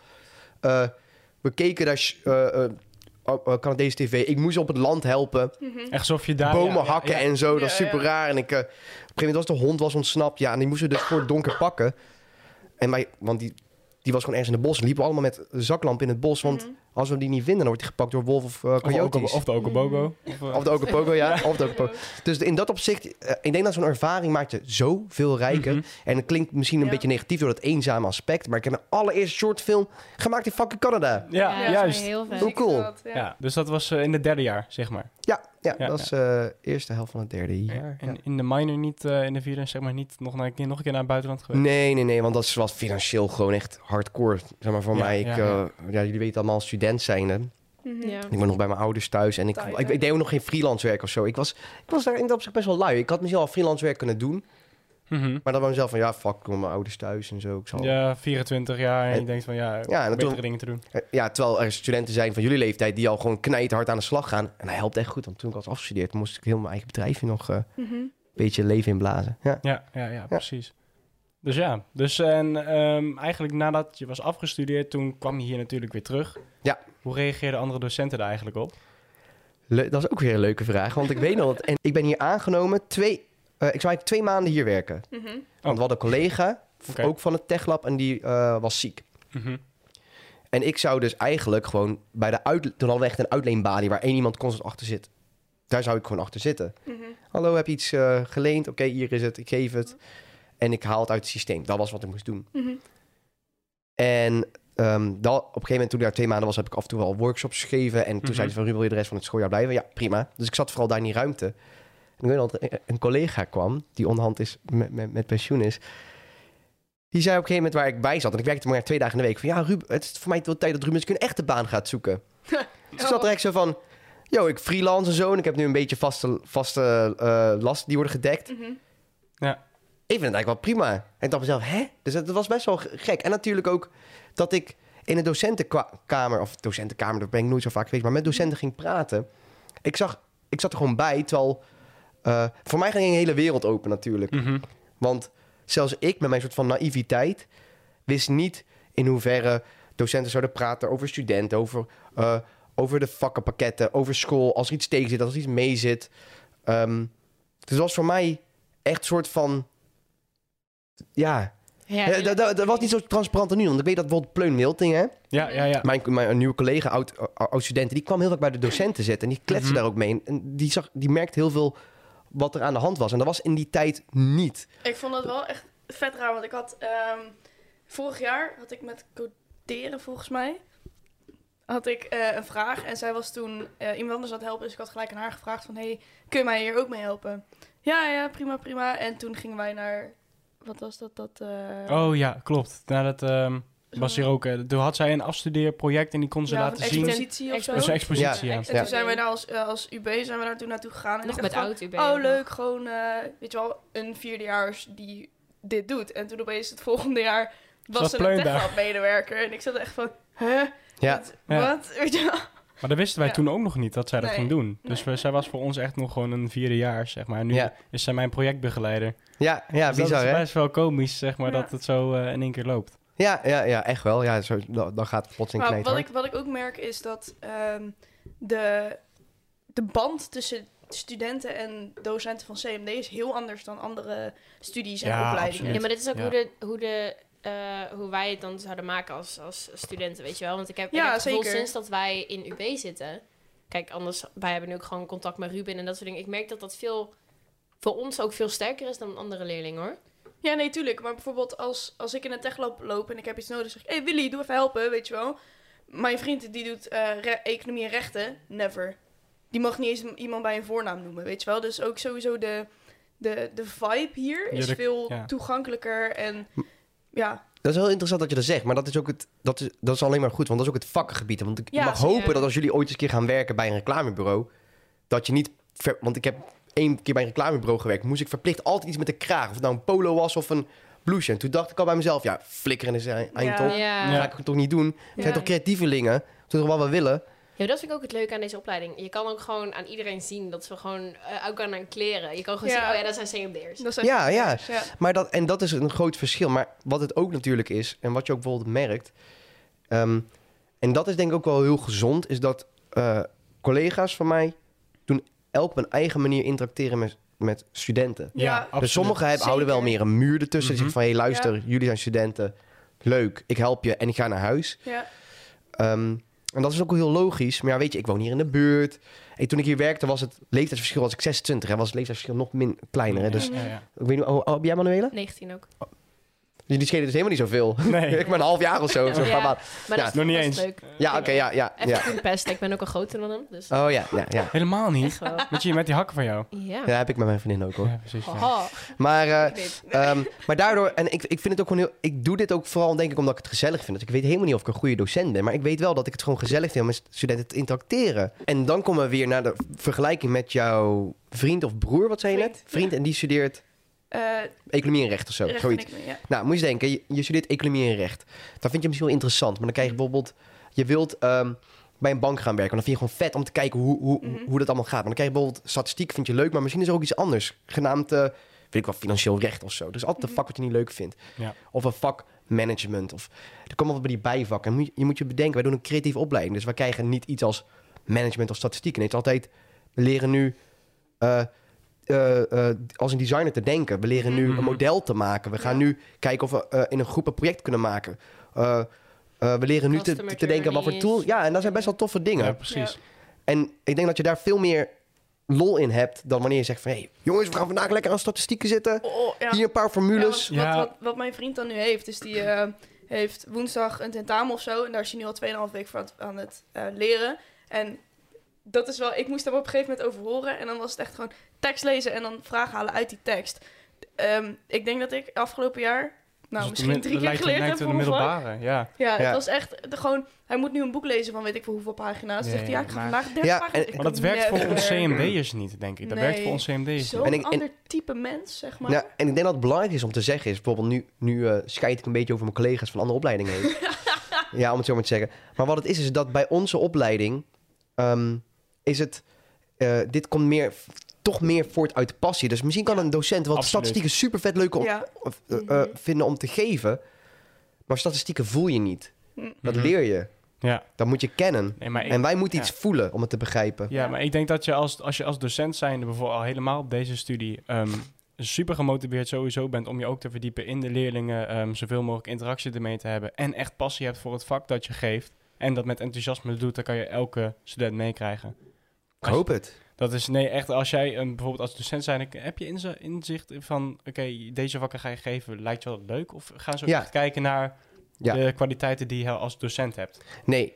Speaker 2: We keken daar... Canadese tv. Ik moest op het land helpen.
Speaker 1: Echt alsof je daar...
Speaker 2: Bomen
Speaker 1: ja,
Speaker 2: hakken
Speaker 1: ja.
Speaker 2: en zo. Dat is
Speaker 3: Ja,
Speaker 2: super
Speaker 3: ja.
Speaker 2: raar. En op een gegeven moment was de hond ontsnapt. Ja, en die moesten we dus voor het donker pakken. Want die was gewoon ergens in het bos. We liepen allemaal met een zaklamp in het bos. Want Als we die niet vinden, dan wordt hij gepakt door wolf of coyotes.
Speaker 1: Of de Okobogo.
Speaker 2: Of de Okopogo, ja. Of de Okopogo. Dus in dat opzicht, ik denk dat zo'n ervaring maakt je zoveel rijker.
Speaker 1: Mhm.
Speaker 2: En het klinkt misschien een beetje negatief door dat eenzame aspect. Maar ik heb een allereerste shortfilm gemaakt in fucking Canada.
Speaker 1: Ja,
Speaker 4: dat is
Speaker 1: juist.
Speaker 4: heel vet.
Speaker 2: Hoe cool.
Speaker 1: Ja, dus dat was in het derde jaar, zeg maar.
Speaker 2: Ja,
Speaker 1: Ja,
Speaker 2: dat is eerste helft van het derde jaar.
Speaker 1: En
Speaker 2: Ja.
Speaker 1: in de minor niet, in de vierde, zeg maar, niet nog een keer naar het buitenland geweest?
Speaker 2: Nee, want dat was financieel gewoon echt hardcore. Zeg maar voor
Speaker 1: Ja,
Speaker 2: mij,
Speaker 1: ja.
Speaker 2: jullie weten allemaal, student zijnde.
Speaker 3: Mhm.
Speaker 4: Ja.
Speaker 2: Ik ben nog bij mijn ouders thuis en
Speaker 3: Taai,
Speaker 2: ik deed ook nog geen freelance werk of zo. Ik was daar in dat opzicht best wel lui. Ik had misschien al freelance werk kunnen doen.
Speaker 1: Mhm.
Speaker 2: Maar dan was ik zelf van, ja, fuck, ik wil mijn ouders thuis en zo. Ik zal...
Speaker 1: Ja, 24 jaar en je
Speaker 2: En-
Speaker 1: denkt van ja,
Speaker 2: Ja, en
Speaker 1: betere
Speaker 2: toen-
Speaker 1: dingen te doen.
Speaker 2: Ja, terwijl er studenten zijn van jullie leeftijd die al gewoon knijterhard aan de slag gaan. En hij helpt echt goed, want toen ik was afgestudeerd, moest ik heel mijn eigen bedrijfje nog een
Speaker 3: Mhm.
Speaker 2: beetje leven inblazen. Ja.
Speaker 1: Ja, precies. Dus eigenlijk nadat je was afgestudeerd, toen kwam je hier natuurlijk weer terug.
Speaker 2: Ja.
Speaker 1: Hoe reageerden andere docenten daar eigenlijk op?
Speaker 2: Dat is ook weer een leuke vraag, want ik weet nog dat... En ik ben hier aangenomen, ik zou eigenlijk 2 maanden hier werken.
Speaker 3: Mhm.
Speaker 2: Want we hadden een collega,
Speaker 1: Oké.
Speaker 2: ook van het techlab, en die was ziek.
Speaker 1: Mhm.
Speaker 2: En ik zou dus eigenlijk gewoon bij de toen hadden we echt een uitleenbalie waar 1 iemand constant achter zit. Daar zou ik gewoon achter zitten.
Speaker 3: Mhm.
Speaker 2: Hallo, heb je iets geleend? Oké, hier is het, ik geef het. En ik haal het uit het systeem. Dat was wat ik moest doen.
Speaker 3: Mhm.
Speaker 2: En op een gegeven moment, toen ik daar 2 maanden was, heb ik af en toe wel workshops gegeven. En toen zei ze van, Ruben, wil je de rest van het schooljaar blijven? Ja, prima. Dus ik zat vooral daar in die ruimte. En ik weet nog dat er een collega kwam, die onderhand is met pensioen is. Die zei op een gegeven moment waar ik bij zat, en ik werkte maar 2 dagen in de week, van ja, Ruben, het is voor mij wel tijd dat Ruben eens een echte baan gaat zoeken. Dus ik zat er echt zo van, yo, ik freelance en zo, en ik heb nu een beetje vaste lasten die worden gedekt.
Speaker 3: Mhm.
Speaker 2: Ik vind het eigenlijk wel prima. En ik dacht mezelf, hè? Dus dat was best wel gek. En natuurlijk ook dat ik in de docentenkamer, daar ben ik nooit zo vaak geweest, maar met docenten ging praten. Ik zat er gewoon bij, terwijl voor mij ging een hele wereld open natuurlijk.
Speaker 1: Mhm.
Speaker 2: Want zelfs ik met mijn soort van naïviteit wist niet in hoeverre docenten zouden praten over studenten, over de vakkenpakketten, over school, als er iets tegen zit, als er iets mee zit. Dus het was voor mij echt een soort van... Ja,
Speaker 4: Ja,
Speaker 2: dat was niet zo transparant als nu. Want ik weet dat bijvoorbeeld Pleun Wilting, hè,
Speaker 1: Ja.
Speaker 2: mijn nieuwe collega, oud-studenten, die kwam heel vaak bij de docenten zitten. En die kletste
Speaker 1: Mhm.
Speaker 2: daar ook mee. En die merkte heel veel wat er aan de hand was. En dat was in die tijd niet.
Speaker 3: Ik vond het wel echt vet raar, want ik had vorig jaar had ik met coderen volgens mij had ik een vraag en zij was toen iemand anders aan het helpen, dus ik had gelijk aan haar gevraagd van hey, kun je mij hier ook mee helpen? Ja, prima. En toen gingen wij naar wat was dat?
Speaker 1: Oh ja, klopt. Nou, dat was hier ook. Toen had zij een afstudeerproject en die kon ze laten zien.
Speaker 3: expositie of zo.
Speaker 1: Dat is een expositie, ja.
Speaker 3: En toen zijn wij daar als UB zijn we daar toen naartoe gegaan. En
Speaker 4: nog
Speaker 3: ik
Speaker 4: met
Speaker 3: dacht
Speaker 4: oud UB.
Speaker 3: van, oh leuk, gewoon, weet je wel, een 4-dejaars die dit doet. En toen opeens het volgende jaar was
Speaker 1: Zat
Speaker 3: er
Speaker 1: Pleun
Speaker 3: een
Speaker 1: daar.
Speaker 3: techlab-medewerker. En ik zat echt van, huh?
Speaker 2: Ja.
Speaker 3: Wat? Weet je wel?
Speaker 1: Maar dat wisten wij
Speaker 3: Ja.
Speaker 1: toen ook nog niet, dat zij dat
Speaker 3: Nee.
Speaker 1: ging doen. Dus
Speaker 3: Nee.
Speaker 1: zij was voor ons echt nog gewoon een 4e jaar, zeg maar. En nu
Speaker 2: Ja.
Speaker 1: is zij mijn projectbegeleider.
Speaker 2: Ja,
Speaker 1: Dus dat
Speaker 2: bizar,
Speaker 1: is
Speaker 2: hè?
Speaker 1: best wel komisch, zeg maar,
Speaker 3: Ja.
Speaker 1: dat het zo in één keer loopt.
Speaker 2: Ja, echt wel. Ja, dan gaat het plotseling
Speaker 3: Maar
Speaker 2: knijten.
Speaker 3: wat ik ook merk is dat de band tussen studenten en docenten van CMD is heel anders dan andere studies en
Speaker 1: Ja,
Speaker 3: opleidingen.
Speaker 1: absoluut.
Speaker 4: Ja, maar dit is ook
Speaker 1: Ja.
Speaker 4: hoe wij het dan zouden maken als studenten, weet je wel. Want ik heb
Speaker 3: Ja,
Speaker 4: het gevoel
Speaker 3: zeker.
Speaker 4: sinds dat wij in UB zitten... Kijk, anders, wij hebben nu ook gewoon contact met Ruben en dat soort dingen. Ik merk dat dat voor ons ook veel sterker is dan andere leerlingen, hoor.
Speaker 3: Ja, nee, tuurlijk. Maar bijvoorbeeld als ik in een techlab loop en ik heb iets nodig, zeg ik, hey Willy, doe even helpen, weet je wel. Mijn vriend die doet economie en rechten, never. Die mag niet eens iemand bij een voornaam noemen, weet je wel. Dus ook sowieso de vibe hier is veel toegankelijker en ja.
Speaker 2: Dat is heel interessant dat je dat zegt, maar dat is ook dat is alleen maar goed, want dat is ook het vakkengebied. Want ik
Speaker 3: Ja,
Speaker 2: mag
Speaker 3: zeker.
Speaker 2: hopen dat als jullie ooit eens een keer gaan werken bij een reclamebureau, dat je niet... want ik heb 1 keer bij een reclamebureau gewerkt, moest ik verplicht altijd iets met de kraag. Of het nou een polo was of een blouseje. En toen dacht ik al bij mezelf, ja, flikkeren is eind
Speaker 3: Ja.
Speaker 2: op.
Speaker 4: Ja.
Speaker 2: Dat ga ik toch niet doen. We zijn
Speaker 3: Ja.
Speaker 2: toch creatievelingen? We doen toch wat we willen?
Speaker 4: Ja, dat vind ik ook het leuke aan deze opleiding. Je kan ook gewoon aan iedereen zien dat we gewoon ook aan kleren. Je kan gewoon
Speaker 3: Ja.
Speaker 4: zien, oh ja, dat zijn CMD'ers.
Speaker 3: Dat zijn
Speaker 2: Ja.
Speaker 3: ja.
Speaker 2: Maar dat is een groot verschil. Maar wat het ook natuurlijk is, en wat je ook bijvoorbeeld merkt... en dat is denk ik ook wel heel gezond... is dat collega's van mij doen elk op een eigen manier interacteren met studenten.
Speaker 3: Ja,
Speaker 1: absoluut.
Speaker 2: Dus sommigen houden wel
Speaker 3: Zeker.
Speaker 2: meer een muur ertussen. Die
Speaker 1: Mhm.
Speaker 2: zeggen van, hé, luister,
Speaker 3: Ja.
Speaker 2: jullie zijn studenten. Leuk, ik help je en ik ga naar huis.
Speaker 3: Ja.
Speaker 2: En dat is ook wel heel logisch. Maar ja, weet je, ik woon hier in de buurt. En toen ik hier werkte was het leeftijdsverschil, was ik 26. En was het leeftijdsverschil nog kleiner. Hè? Dus
Speaker 1: Ja.
Speaker 2: ik weet niet, hoe oud ben jij, Manuela?
Speaker 4: 19 ook.
Speaker 2: Die schelen dus helemaal niet zoveel.
Speaker 1: Nee.
Speaker 2: Ik ben een half jaar of zo. Zo'n paar maanden.
Speaker 4: Maar
Speaker 2: Ja,
Speaker 4: dat is
Speaker 1: nog niet
Speaker 4: best
Speaker 1: eens.
Speaker 4: leuk.
Speaker 2: Ja, oké, ja.
Speaker 4: Even pest. Ik ben ook al groter dan hem. Dus
Speaker 2: Oh ja.
Speaker 1: Helemaal niet.
Speaker 4: echt wel.
Speaker 1: Met die hakken van jou.
Speaker 4: Ja.
Speaker 2: Ja, heb ik met mijn vriendin ook hoor.
Speaker 1: Ja, precies. Ja.
Speaker 4: Haha.
Speaker 2: Maar,
Speaker 4: Ik weet.
Speaker 2: maar daardoor, en ik vind het ook gewoon heel... Ik doe dit ook vooral denk ik omdat ik het gezellig vind. Dus ik weet helemaal niet of ik een goede docent ben. Maar ik weet wel dat ik het gewoon gezellig vind om met studenten te interacteren. En dan komen we weer naar de vergelijking met jouw vriend of broer, wat zei je net? Vriend, en die studeert economie en recht of zo.
Speaker 3: Recht en
Speaker 2: Zoiets.
Speaker 3: economie, ja.
Speaker 2: Nou, moet je eens denken, je studeert economie en recht. Dat vind je misschien wel interessant. Maar dan krijg je bijvoorbeeld... Je wilt bij een bank gaan werken. Dan vind je gewoon vet om te kijken hoe dat allemaal gaat. Maar dan krijg je bijvoorbeeld statistiek, vind je leuk. Maar misschien is er ook iets anders. Genaamd, weet ik wel, financieel recht of zo. Dus altijd een vak wat je niet leuk vindt.
Speaker 1: Ja.
Speaker 2: Of een vak management. Of, er komen wat bij die bijvakken. En je moet je bedenken, wij doen een creatieve opleiding. Dus wij krijgen niet iets als management of statistiek. En het is altijd, we leren nu... als een designer te denken. We leren nu een model te maken. We gaan nu kijken of we in een groep een project kunnen maken. We leren nu
Speaker 4: Customer
Speaker 2: te denken wat voor tool... Ja, en dat zijn best wel toffe dingen.
Speaker 1: Ja, precies.
Speaker 3: Ja.
Speaker 2: En ik denk dat je daar veel meer lol in hebt... dan wanneer je zegt van... Hey, jongens, we gaan vandaag lekker aan statistieken zitten.
Speaker 3: Ja.
Speaker 2: Hier een paar formules.
Speaker 3: Ja,
Speaker 1: Ja.
Speaker 3: wat mijn vriend dan nu heeft, is die heeft woensdag een tentamen of zo. En daar is hij nu al 2,5 week voor aan het leren. En dat is wel... Ik moest daar op een gegeven moment over horen. En dan was het echt gewoon tekst lezen en dan vragen halen uit die tekst. Ik denk dat ik afgelopen jaar... Nou,
Speaker 1: Dus
Speaker 3: misschien 3 keer geleerd heb
Speaker 1: lijkt
Speaker 3: voor
Speaker 1: een
Speaker 3: mijn vak.
Speaker 1: middelbare, ja.
Speaker 3: Ja,
Speaker 2: Ja.
Speaker 3: het was echt gewoon... Hij moet nu een boek lezen van weet ik veel hoeveel pagina's.
Speaker 1: Ja,
Speaker 3: Zegt hij, ja, ik ga
Speaker 1: maar-
Speaker 3: vandaag 30
Speaker 2: Ja,
Speaker 3: pagina's.
Speaker 2: en-
Speaker 3: Ik
Speaker 1: Maar dat
Speaker 3: kan
Speaker 1: werkt voor
Speaker 3: never.
Speaker 1: ons CMD'ers niet, denk ik. Dat
Speaker 3: Nee.
Speaker 1: werkt voor ons CMD'ers
Speaker 3: Zo'n
Speaker 1: niet.
Speaker 3: ander type mens, zeg maar.
Speaker 2: Ja, en ik denk dat het belangrijk is om te zeggen is... bijvoorbeeld nu scheid ik een beetje over mijn collega's van andere opleidingen heen. Ja, om het zo maar te zeggen. Maar wat het is dat bij onze opleiding... is het... dit komt toch meer voort uit de passie. Dus misschien kan een docent wel
Speaker 1: Absoluut.
Speaker 2: statistieken super vet leuk
Speaker 3: Ja.
Speaker 2: vinden om te geven. Maar statistieken voel je niet. Dat
Speaker 1: Mhm.
Speaker 2: leer je.
Speaker 1: Ja.
Speaker 2: Dat moet je kennen.
Speaker 1: Nee, maar
Speaker 2: En wij moeten iets voelen om het te begrijpen.
Speaker 1: Ja, maar ik denk dat je als je als docent zijnde bijvoorbeeld al helemaal op deze studie super gemotiveerd sowieso bent om je ook te verdiepen in de leerlingen, zoveel mogelijk interactie ermee te hebben en echt passie hebt voor het vak dat je geeft en dat met enthousiasme doet, dan kan je elke student meekrijgen.
Speaker 2: Ik hoop het.
Speaker 1: Dat is, nee, echt, als jij bijvoorbeeld als docent zijn, heb je inzicht van, oké, deze vakken ga je geven, lijkt je wel leuk? Of gaan ze ook
Speaker 2: Ja.
Speaker 1: echt kijken naar
Speaker 2: Ja.
Speaker 1: de kwaliteiten die je als docent hebt?
Speaker 2: Nee.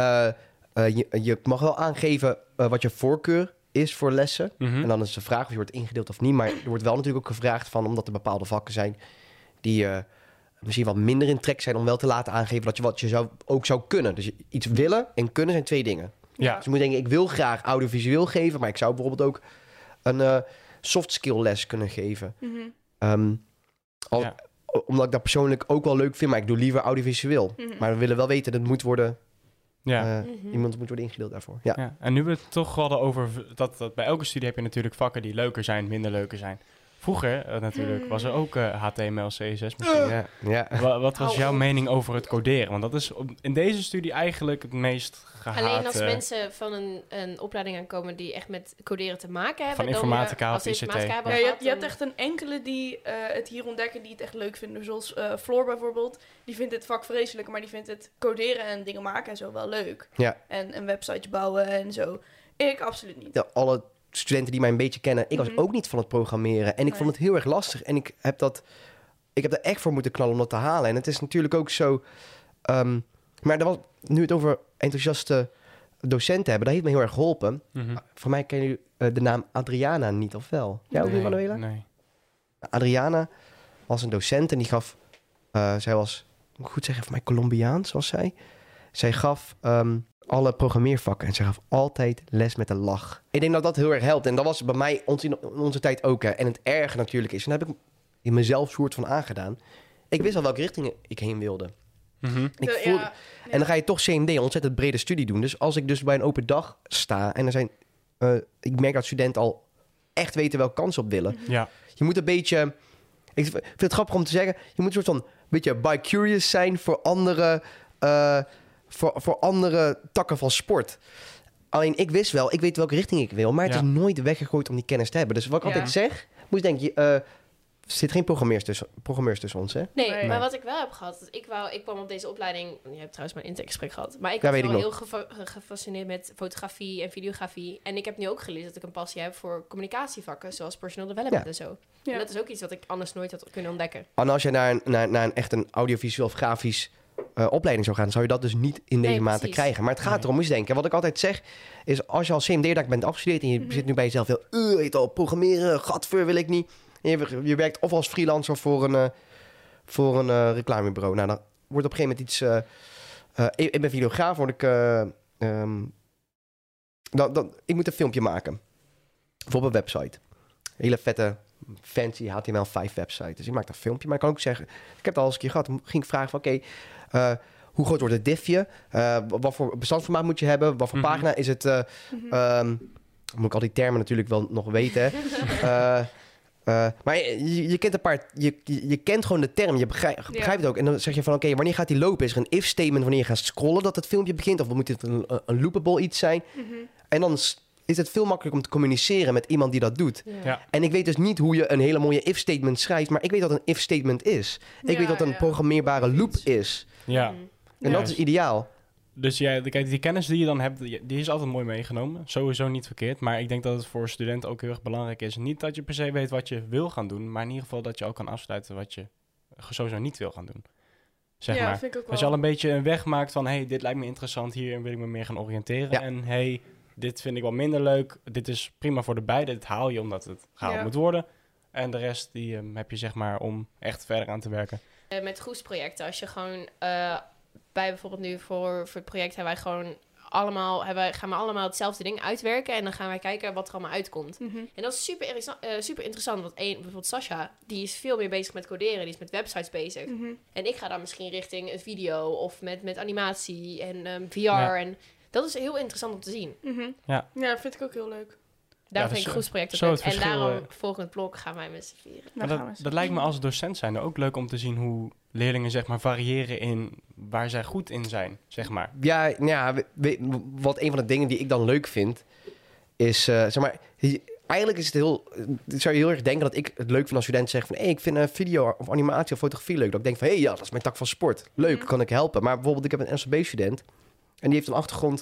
Speaker 2: Je mag wel aangeven wat je voorkeur is voor lessen.
Speaker 1: Mhm.
Speaker 2: En dan is de vraag of je wordt ingedeeld of niet. Maar er wordt wel natuurlijk ook gevraagd van... omdat er bepaalde vakken zijn die misschien wat minder in trek zijn... om wel te laten aangeven dat je wat je zou kunnen. Dus iets willen en kunnen zijn 2 dingen.
Speaker 1: Ja.
Speaker 2: Dus je moet denken, ik wil graag audiovisueel geven... maar ik zou bijvoorbeeld ook een soft skill les kunnen geven.
Speaker 3: Mhm.
Speaker 1: Ja.
Speaker 2: Omdat ik dat persoonlijk ook wel leuk vind... maar ik doe liever audiovisueel.
Speaker 3: Mhm.
Speaker 2: Maar we willen wel weten, dat moet worden...
Speaker 1: Ja.
Speaker 2: Iemand moet worden ingedeeld daarvoor. Ja.
Speaker 1: Ja, en nu we het toch hadden over dat bij elke studie heb je natuurlijk vakken die leuker zijn, minder leuker zijn. Vroeger natuurlijk was er ook HTML, CSS misschien.
Speaker 2: Ja.
Speaker 1: Wat was
Speaker 3: Hou
Speaker 1: jouw
Speaker 3: op.
Speaker 1: mening over het coderen? Want dat is in deze studie eigenlijk het meest gehaat.
Speaker 4: Alleen als mensen van een opleiding aankomen die echt met coderen te maken hebben.
Speaker 1: Van
Speaker 4: dan
Speaker 1: informatica
Speaker 4: weer-
Speaker 1: of
Speaker 4: als ze
Speaker 1: ICT.
Speaker 4: informatica hebben
Speaker 3: Ja,
Speaker 4: gehad,
Speaker 3: je hebt
Speaker 4: dan-
Speaker 3: echt een enkele die het hier ontdekken die het echt leuk vinden. Zoals Floor bijvoorbeeld. Die vindt het vak vreselijk, maar die vindt het coderen en dingen maken en zo wel leuk.
Speaker 2: Ja.
Speaker 3: En een website bouwen en zo. Ik absoluut niet.
Speaker 2: Alle studenten die mij een beetje kennen... ik was
Speaker 3: Mhm.
Speaker 2: ook niet van het programmeren. En ik
Speaker 3: Nee.
Speaker 2: vond het heel erg lastig. En ik heb er echt voor moeten knallen om dat te halen. En het is natuurlijk ook zo... maar nu het over enthousiaste docenten hebben... dat heeft me heel erg geholpen.
Speaker 1: Mhm.
Speaker 2: Voor mij kennen jullie de naam Adriana niet, of wel? Jij ook niet,
Speaker 1: Nee,
Speaker 2: Manuela?
Speaker 1: Nee.
Speaker 2: Adriana was een docent en die gaf... zij was, moet ik goed zeggen, voor mij Colombiaans was zij. Zij gaf alle programmeervakken en zij gaf altijd les met een lach. Ik denk dat dat heel erg helpt. En dat was bij mij in onze tijd ook. Hè. En het erge natuurlijk is, en daar heb ik in mezelf soort van aangedaan. Ik wist al welke richting ik heen wilde.
Speaker 1: Mhm.
Speaker 2: Ik voelde,
Speaker 3: Ja.
Speaker 2: En dan ga je toch CMD, een ontzettend brede studie doen. Dus als ik dus bij een open dag sta en er zijn... ik merk dat studenten al echt weten welke kans op willen.
Speaker 1: Ja.
Speaker 2: Je moet een beetje... Ik vind het grappig om te zeggen... Je moet een soort van beetje bi-curious zijn voor andere... voor andere takken van sport. Alleen ik weet welke richting ik wil... maar het
Speaker 1: Ja.
Speaker 2: is nooit weggegooid om die kennis te hebben. Dus wat ik
Speaker 3: Ja.
Speaker 2: altijd zeg... Moet je denken... zit geen programmeurs tussen ons, hè?
Speaker 4: Nee,
Speaker 3: Nee.
Speaker 4: maar wat ik wel heb gehad... Ik kwam op deze opleiding... Je hebt trouwens mijn intakegesprek gehad. Maar ik
Speaker 2: Ja,
Speaker 4: was
Speaker 2: weet
Speaker 4: wel
Speaker 2: ik
Speaker 4: heel gefascineerd met fotografie en videografie. En ik heb nu ook geleerd dat ik een passie heb voor communicatievakken... zoals personal development en zo.
Speaker 3: Ja.
Speaker 4: En dat is ook iets wat ik anders nooit had kunnen ontdekken.
Speaker 2: En als je naar een echt een audiovisueel of grafisch opleiding zou gaan... dan zou je dat dus niet in deze
Speaker 4: Nee,
Speaker 2: mate
Speaker 4: precies.
Speaker 2: krijgen. Maar het gaat erom, moet je denken. Wat ik altijd zeg, is als je als CMD-dak bent afgestudeerd... en je zit nu bij jezelf heel... weet al, programmeren, gadver wil ik niet... En je werkt of als freelancer voor een reclamebureau. Nou, dan wordt op een gegeven moment iets... ik ben videograaf, word ik... ik moet een filmpje maken. Voor op een website. Hele vette, fancy HTML5 website. Dus ik maak dat filmpje. Maar ik kan ook zeggen... Ik heb het al eens een keer gehad. Dan ging ik vragen van... Oké, hoe groot wordt het diffje? Wat voor bestandsformaat moet je hebben? Wat voor pagina is het? Moet ik al die termen natuurlijk wel nog weten. Hè? Maar je kent een paar... Je kent gewoon de term. Je begrijpt het ook. En dan zeg je van... Oké, wanneer gaat die lopen? Is er een if-statement wanneer je gaat scrollen dat het filmpje begint? Of moet het een loopable iets zijn? En dan is het veel makkelijker om te communiceren met iemand die dat doet.
Speaker 1: Ja.
Speaker 2: En ik weet dus niet hoe je een hele mooie if-statement schrijft... maar ik weet wat een if-statement is. Ik weet wat een programmeerbare loop is.
Speaker 1: Ja.
Speaker 2: En dat is ideaal.
Speaker 1: Dus kijk, die kennis die je dan hebt, die is altijd mooi meegenomen. Sowieso niet verkeerd. Maar ik denk dat het voor studenten ook heel erg belangrijk is. Niet dat je per se weet wat je wil gaan doen. Maar in ieder geval dat je ook kan afsluiten wat je sowieso niet wil gaan doen. Zeg maar.
Speaker 3: Vind ik ook wel.
Speaker 1: Als je al een beetje een weg maakt van... hey, dit lijkt me interessant, hier wil ik me meer gaan oriënteren.
Speaker 2: Ja.
Speaker 1: En hey, dit vind ik wel minder leuk. Dit is prima voor de beide. Dit haal je omdat het gehaald moet worden. En de rest die heb je zeg maar om echt verder aan te werken.
Speaker 4: Met groepsprojecten, als je gewoon... bij bijvoorbeeld nu voor het project hebben wij gewoon gaan we allemaal hetzelfde ding uitwerken. En dan gaan wij kijken wat er allemaal uitkomt. En dat is super interessant. Want bijvoorbeeld Sasha, die is veel meer bezig met coderen. Die is met websites bezig. En ik ga dan misschien richting een video of met animatie en VR.
Speaker 1: Ja.
Speaker 4: En dat is heel interessant om te zien.
Speaker 1: Ja.
Speaker 3: Ja, vind ik ook heel leuk.
Speaker 4: Daarom
Speaker 1: dus
Speaker 4: vind ik groepsprojecten
Speaker 1: zo
Speaker 4: leuk.
Speaker 1: het
Speaker 4: En
Speaker 1: verschil,
Speaker 4: daarom, volgend blok gaan wij met z'n vieren.
Speaker 1: Maar dat lijkt me als docent zijn ook leuk om te zien hoe leerlingen zeg maar variëren in waar zij goed in zijn, zeg maar.
Speaker 2: Ja, wat een van de dingen die ik dan leuk vind, is, zeg maar, eigenlijk is het zou je heel erg denken dat ik het leuk vind als student zeg van, hey, ik vind video of animatie of fotografie leuk. Dat ik denk van, hey, ja, dat is mijn tak van sport. Leuk, kan ik helpen. Maar bijvoorbeeld, ik heb een NSB-student en die heeft een achtergrond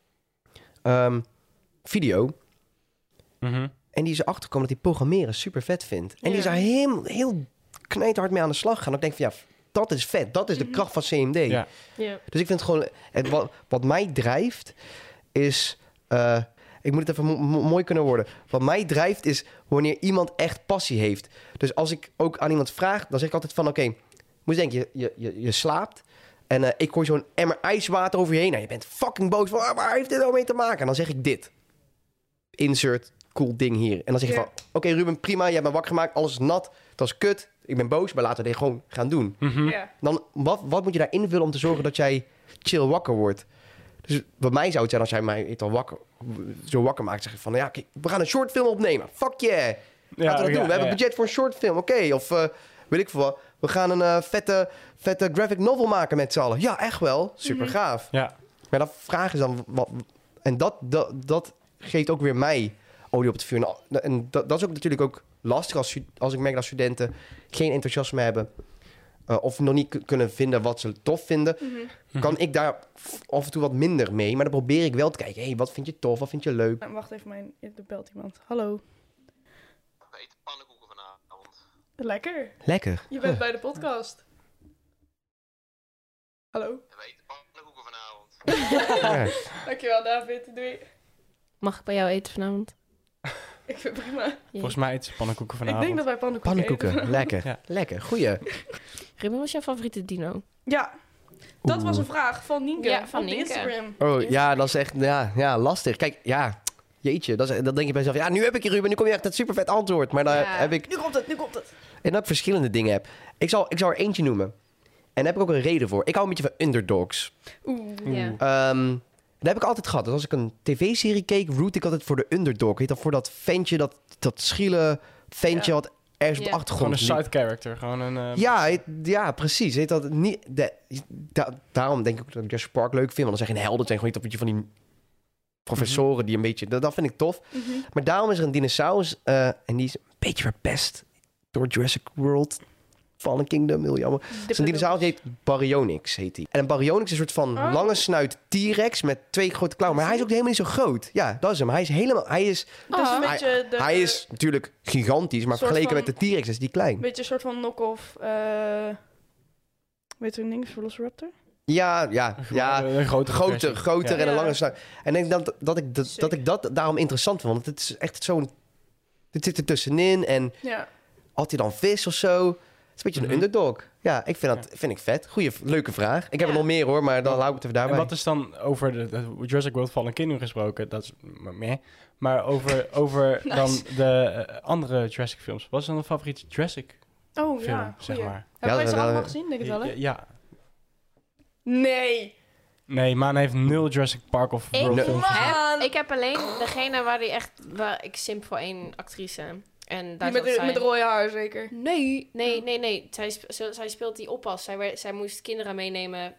Speaker 2: video. En die is erachter gekomen dat hij programmeren super vet vindt. En die is daar heel knijterhard mee aan de slag gaan. Ik denk van, ja, dat is vet. Dat is de kracht van CMD.
Speaker 1: Ja.
Speaker 4: Ja.
Speaker 2: Dus ik vind het gewoon... Wat mij drijft is... ik moet het even mooi kunnen worden. Wat mij drijft is wanneer iemand echt passie heeft. Dus als ik ook aan iemand vraag, dan zeg ik altijd van... Oké, moet je denken, je slaapt. En ik gooi zo'n emmer ijswater over je heen. Nou, je bent fucking boos. Waar heeft dit nou mee te maken? En dan zeg ik dit. Insert cool ding hier. En dan zeg je van... Oké, Ruben, prima. Je hebt me wakker gemaakt. Alles is nat. Dat is kut. Ik ben boos. Maar laten we dit gewoon gaan doen.
Speaker 3: Ja.
Speaker 2: Dan, wat moet je daar invullen om te zorgen dat jij chill wakker wordt? Dus bij mij zou het zijn als jij mij zo wakker maakt. Zeg je van, ja, kijk, we gaan een shortfilm opnemen. Fuck yeah. Laten we dat doen. We hebben budget voor een shortfilm. Oké. Of weet ik veel wat. We gaan een vette graphic novel maken met z'n allen. Ja, echt wel. Super gaaf.
Speaker 1: Ja.
Speaker 2: Maar dan vragen ze dan... En dat geeft ook weer mij olie op het vuur. En dat is ook natuurlijk ook lastig als ik merk dat studenten geen enthousiasme hebben... of nog niet kunnen vinden wat ze tof vinden... kan ik daar af en toe wat minder mee. Maar dan probeer ik wel te kijken... hey, wat vind je tof? Wat vind je leuk?
Speaker 3: Wacht even, er belt iemand. Hallo.
Speaker 5: We eten pannenkoeken vanavond.
Speaker 3: Lekker.
Speaker 2: Lekker.
Speaker 3: Je bent bij de podcast. Hallo.
Speaker 5: We eten pannenkoeken vanavond.
Speaker 2: Ja.
Speaker 3: Dankjewel, David. Doei.
Speaker 4: Mag ik bij jou eten vanavond?
Speaker 3: Ik vind het prima.
Speaker 1: Volgens mij eten ze pannenkoeken vanavond.
Speaker 3: Ik denk dat wij pannenkoeken eten.
Speaker 2: Lekker.
Speaker 1: Ja.
Speaker 2: Lekker. Goeie.
Speaker 4: Ruben, wat is jouw favoriete dino?
Speaker 3: Ja, dat was een vraag van Nienke.
Speaker 4: Ja, van
Speaker 3: op de
Speaker 4: Nienke.
Speaker 3: Instagram.
Speaker 2: Oh, ja, dat is echt... Ja, lastig. Kijk, ja... Jeetje, dan denk je bij jezelf... Ja, nu heb ik je, Ruben. Nu kom je echt het super vet antwoord. Maar dan heb ik...
Speaker 3: Nu komt het.
Speaker 2: En dat ik verschillende dingen heb. Ik zou er eentje noemen. En daar heb ik ook een reden voor. Ik hou een beetje van underdogs.
Speaker 4: Ja.
Speaker 2: Dat heb ik altijd gehad. Dus als ik een tv-serie keek, root ik altijd voor de underdog. Weet je, voor dat ventje, dat schiele ventje wat ergens op de
Speaker 4: Ja.
Speaker 2: achtergrond
Speaker 1: Gewoon een
Speaker 2: liep.
Speaker 1: side character. Gewoon een...
Speaker 2: Ja, precies. Heet dat niet, daarom denk ik ook dat ik Jurassic Park leuk vind. Want dan zeg je een helden. Het zijn gewoon niet van die professoren die een beetje... Dat vind ik tof. Maar daarom is er een dinosaurus en die is een beetje verpest door Jurassic World, Fallen Kingdom, heel jammer. Zijn dinosaurus heet Baryonyx, heet hij. En een Baryonyx is een soort van lange snuit T-Rex met 2 grote klauwen. Maar hij is ook helemaal niet zo groot. Ja, dat is hem. Hij is
Speaker 3: Dat is een beetje
Speaker 2: hij is natuurlijk gigantisch, maar vergeleken met de T-Rex is die klein.
Speaker 3: Een beetje een soort van knock-off. Weet je een ding? Velociraptor?
Speaker 2: Ja.
Speaker 1: Een
Speaker 2: Groter en een
Speaker 3: Ja.
Speaker 2: lange snuit. En ik denk dat ik dat daarom interessant vond. Want het is echt zo'n... Dit zit er tussenin en
Speaker 3: Ja.
Speaker 2: had hij dan vis of zo? Het is een beetje een underdog. Ja, ik vind ik vet. Leuke vraag. Ik heb er nog meer hoor, maar dan hou ik het even daarbij.
Speaker 1: En wat is dan over de Jurassic World Fallen Kingdom gesproken? Dat is meh. Maar over
Speaker 3: Nice.
Speaker 1: dan de andere Jurassic films. Wat is dan de favoriete Jurassic
Speaker 3: Oh
Speaker 1: film,
Speaker 3: ja,
Speaker 1: zeg
Speaker 3: goeie.
Speaker 1: maar?
Speaker 3: Hebben wij ze
Speaker 2: dat-
Speaker 3: allemaal gezien? Denk ik wel, hè?
Speaker 1: Ja.
Speaker 3: Nee.
Speaker 1: Nee, Maan heeft 0 Jurassic Park of World
Speaker 2: Nee.
Speaker 1: films gezien.
Speaker 3: Man.
Speaker 4: Ik heb alleen degene waar ik simp voor 1 actrice. En daar
Speaker 3: Die
Speaker 4: zat zij.
Speaker 3: met rode haar, zeker.
Speaker 4: Nee. Zij speelt die oppas. Zij moest kinderen meenemen.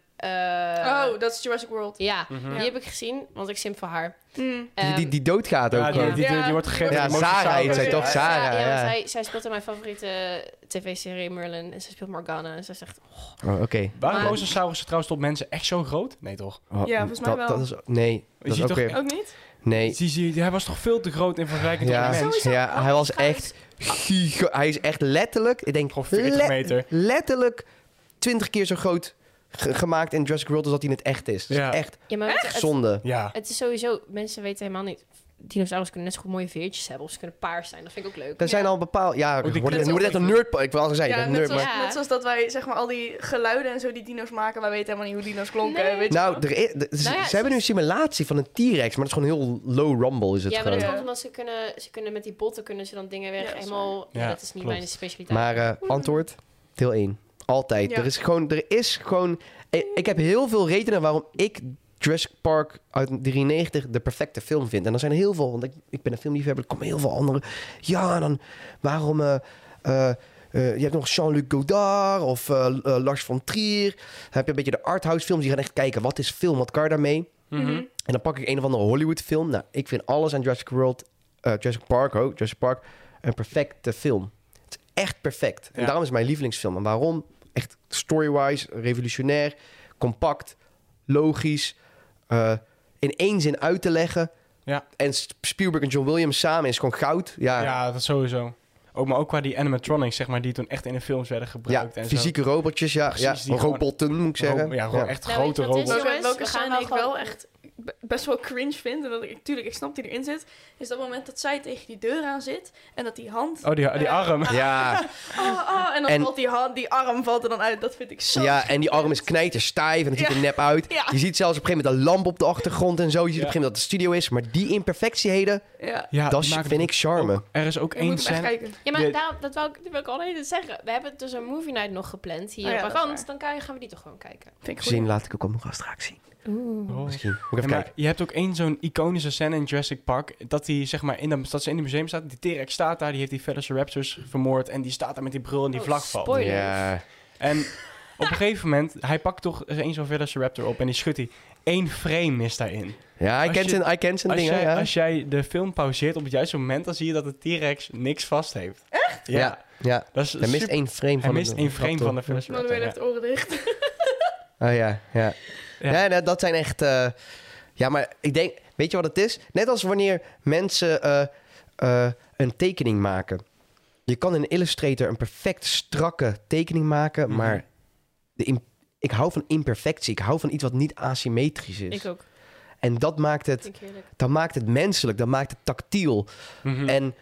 Speaker 3: Dat is Jurassic World.
Speaker 4: Ja,
Speaker 1: Mhm.
Speaker 4: die heb ik gezien, want ik simp voor haar.
Speaker 3: Mm.
Speaker 2: Die doodgaat ook.
Speaker 1: Ja,
Speaker 2: gewoon.
Speaker 1: die wordt gegeven.
Speaker 2: Ja,
Speaker 1: door
Speaker 2: Sarah heet zij
Speaker 3: Ja.
Speaker 2: toch? Sarah,
Speaker 4: ja,
Speaker 2: ja.
Speaker 4: want zij speelt in mijn favoriete tv-serie Merlin. En zij speelt Morgana. En zij zegt...
Speaker 2: Oh, oké.
Speaker 1: Waren
Speaker 4: Maar-
Speaker 1: mosasaurussen trouwens tot mensen echt zo groot? Nee, toch?
Speaker 2: Oh,
Speaker 3: Ja, volgens mij wel.
Speaker 2: Dat is, nee, dat is
Speaker 1: ziet
Speaker 2: ook
Speaker 1: toch
Speaker 2: weer...
Speaker 3: Ook niet?
Speaker 2: Nee.
Speaker 1: Hij was toch veel te groot in vergelijking tot
Speaker 2: Ja,
Speaker 1: een mens?
Speaker 3: Sowieso.
Speaker 2: ja, hij was echt... Hij is echt letterlijk... Ik denk
Speaker 1: Gewoon 40 meter.
Speaker 2: letterlijk 20 keer zo groot gemaakt in Jurassic World als dat hij in het echt is. Dat
Speaker 1: Ja.
Speaker 2: is echt
Speaker 4: Ja, maar weet je,
Speaker 2: zonde.
Speaker 1: Ja.
Speaker 4: het is sowieso... Mensen weten helemaal niet... Dinosaurus kunnen net zo goed mooie veertjes hebben. Of ze kunnen paars zijn. Dat vind ik ook leuk.
Speaker 2: Er zijn al bepaald... Ja,
Speaker 1: die
Speaker 2: nu wordt het
Speaker 3: kletsen
Speaker 2: echt een nerd... Ik wil al zeggen,
Speaker 3: Ja,
Speaker 2: je bent
Speaker 3: net
Speaker 2: nerd,
Speaker 3: zoals,
Speaker 2: maar...
Speaker 4: maar-
Speaker 3: net zoals dat wij zeg maar al die geluiden en zo die dino's maken. Wij weten helemaal niet hoe dino's klonken.
Speaker 4: Nee.
Speaker 3: Weet je
Speaker 2: Nou,
Speaker 3: wel?
Speaker 2: ze
Speaker 4: ja,
Speaker 2: hebben nu een simulatie van een T-Rex, maar dat is gewoon heel low rumble is het
Speaker 4: Ja, maar
Speaker 2: gewoon.
Speaker 4: dat
Speaker 3: Ja.
Speaker 4: komt omdat ze kunnen met die botten kunnen ze dan dingen weer
Speaker 3: Ja, dat is
Speaker 4: helemaal...
Speaker 1: waar.
Speaker 4: Ja,
Speaker 1: Ja,
Speaker 4: dat is niet
Speaker 1: klopt.
Speaker 4: mijn specialiteit.
Speaker 2: Maar antwoord, deel 1. Altijd.
Speaker 3: Ja.
Speaker 2: Er is gewoon... Ik heb heel veel redenen waarom ik Jurassic Park uit 93 de perfecte film vind. En dan zijn er heel veel, want ik ben een filmliefhebber, er komen heel veel andere. Ja, dan waarom... je hebt nog Jean-Luc Godard of Lars von Trier. Dan heb je een beetje de arthouse films. Die gaan echt kijken, wat is film? Wat kan je daarmee?
Speaker 1: Mhm.
Speaker 3: Mhm.
Speaker 2: En dan pak ik een of andere Hollywood film. Nou, ik vind alles aan Jurassic Park een perfecte film. Het is echt perfect. En
Speaker 1: Ja.
Speaker 2: daarom is het mijn lievelingsfilm. En waarom? Echt story-wise, revolutionair, compact, logisch, in één zin uit te leggen.
Speaker 1: Ja.
Speaker 2: En Spielberg en John Williams samen is gewoon goud.
Speaker 1: Ja, dat sowieso. Maar ook qua die animatronics, zeg maar, die toen echt in de films werden gebruikt. en
Speaker 2: fysieke robotjes, ja.
Speaker 1: Precies,
Speaker 2: ja.
Speaker 1: die gewoon-
Speaker 2: Robotten, moet ik
Speaker 1: zo.
Speaker 2: zeggen.
Speaker 1: Ja, gewoon echt
Speaker 4: Nou,
Speaker 1: grote
Speaker 4: weet je wat het is?
Speaker 1: robots.
Speaker 4: Jongens,
Speaker 3: Welke
Speaker 4: we gaan
Speaker 3: scène
Speaker 4: wel
Speaker 3: ik wel
Speaker 4: gewoon-
Speaker 3: echt best wel cringe vind. En dat tuurlijk, ik snap die erin zit. Is dat moment dat zij tegen die deur aan zit. En dat die hand...
Speaker 1: Oh, die arm.
Speaker 2: Ja,
Speaker 3: En dan
Speaker 2: En-
Speaker 3: valt die arm valt er dan uit. Dat vind ik zo...
Speaker 2: ja, en die arm is knijterstijf en het ziet er
Speaker 3: Ja.
Speaker 2: nep uit.
Speaker 3: Ja.
Speaker 2: Je ziet zelfs op een gegeven moment een lamp op de achtergrond en zo. Je ziet
Speaker 1: Ja.
Speaker 2: op een gegeven moment dat het studio is. Maar die imperfectieheden,
Speaker 3: Ja.
Speaker 1: Ja,
Speaker 2: dat
Speaker 1: die maken
Speaker 2: vind
Speaker 1: het
Speaker 2: ik charme.
Speaker 1: ook- Er is ook
Speaker 3: Ik
Speaker 1: één
Speaker 3: moet hem echt
Speaker 1: scène...
Speaker 3: kijken.
Speaker 4: Ja, maar
Speaker 1: De-
Speaker 4: dat wil ik al even zeggen. We hebben dus een movie night nog gepland hier
Speaker 3: Oh ja,
Speaker 4: op
Speaker 3: dat is
Speaker 4: Agant.
Speaker 3: waar.
Speaker 4: Dan gaan we die toch gewoon kijken.
Speaker 3: Vind ik goed.
Speaker 2: Zien laat ik ook nog wel straks zien.
Speaker 1: Oh.
Speaker 2: Misschien. Moet ik even
Speaker 1: Ja, maar
Speaker 2: kijken.
Speaker 1: je hebt ook één zo'n iconische scène in Jurassic Park. Dat hij zeg maar dat ze in het museum staat. Die T-Rex staat daar. Die heeft die Velociraptors vermoord. En die staat daar met die bril en die
Speaker 4: Oh,
Speaker 1: vlag valt.
Speaker 4: spoiler.
Speaker 2: Ja.
Speaker 1: En op een gegeven moment, hij pakt toch eens zo'n Velociraptor op en die schudt hij. 1 frame is daarin.
Speaker 2: Ja, hij kent zijn dingen, ja.
Speaker 1: Als jij de film pauzeert op het juiste moment, dan zie je dat de T-Rex niks vast heeft. Echt? Ja.
Speaker 2: Ja.
Speaker 1: Dat is
Speaker 2: Hij mist
Speaker 1: super-
Speaker 2: één frame
Speaker 1: hij
Speaker 2: van
Speaker 1: mist één frame van de
Speaker 3: Maar dan
Speaker 1: Velociraptor.
Speaker 3: weer
Speaker 1: Ja.
Speaker 3: even de oren dicht.
Speaker 2: Oh ja, ja.
Speaker 1: Ja.
Speaker 2: Ja, nou, dat zijn echt... ja, maar ik denk... Weet je wat het is? Net als wanneer mensen een tekening maken. Je kan in Illustrator een perfect strakke tekening maken,
Speaker 1: Mhm.
Speaker 2: maar ik hou van imperfectie. Ik hou van iets wat niet asymmetrisch is.
Speaker 4: Ik ook.
Speaker 2: En dat maakt het,
Speaker 4: Vind ik heerlijk.
Speaker 2: dat maakt het menselijk, dat maakt het tactiel.
Speaker 1: Mhm.
Speaker 2: En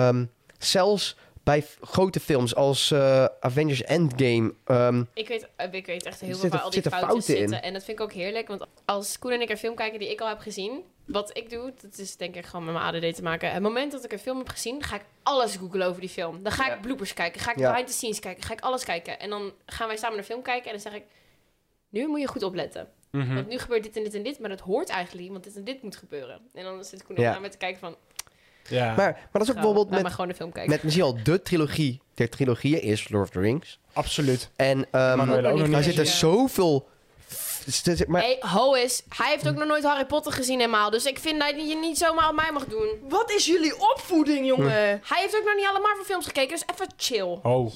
Speaker 2: zelfs bij grote films als Avengers Endgame...
Speaker 4: Ik weet echt heel veel
Speaker 2: zitten-
Speaker 4: waar al die
Speaker 2: zitten
Speaker 4: foutjes
Speaker 2: fouten in.
Speaker 4: zitten. En dat vind ik ook heerlijk. Want als Koen en ik een film kijken die ik al heb gezien... Wat ik doe, dat is denk ik gewoon met mijn ADD te maken. Het moment dat ik een film heb gezien, ga ik alles googlen over die film. Dan ga
Speaker 3: Ja.
Speaker 4: ik bloopers kijken, ga ik
Speaker 2: Ja.
Speaker 4: behind the scenes kijken, ga ik alles kijken. En dan gaan wij samen een film kijken en dan zeg ik... Nu moet je goed opletten.
Speaker 1: Mhm.
Speaker 4: Want nu gebeurt dit en dit en dit, maar dat hoort eigenlijk niet, want dit en dit moet gebeuren. En dan zit Koen
Speaker 2: Ja.
Speaker 4: naar me te kijken van...
Speaker 1: Ja.
Speaker 2: maar dat is ook bijvoorbeeld
Speaker 4: maar
Speaker 2: met,
Speaker 4: gewoon een film kijken.
Speaker 2: met misschien al de trilogie der trilogieën is Lord of the Rings.
Speaker 1: Absoluut.
Speaker 2: En
Speaker 1: Manuela ook nog niet
Speaker 2: daar
Speaker 1: gezien.
Speaker 2: zitten zoveel Maar
Speaker 4: Hey, hij heeft ook nog nooit Harry Potter gezien helemaal. Dus ik vind dat je niet zomaar op mij mag doen.
Speaker 3: Wat is jullie opvoeding, jongen?
Speaker 4: Hij heeft ook nog niet alle Marvel-films gekeken, dus even chill.
Speaker 1: Oh.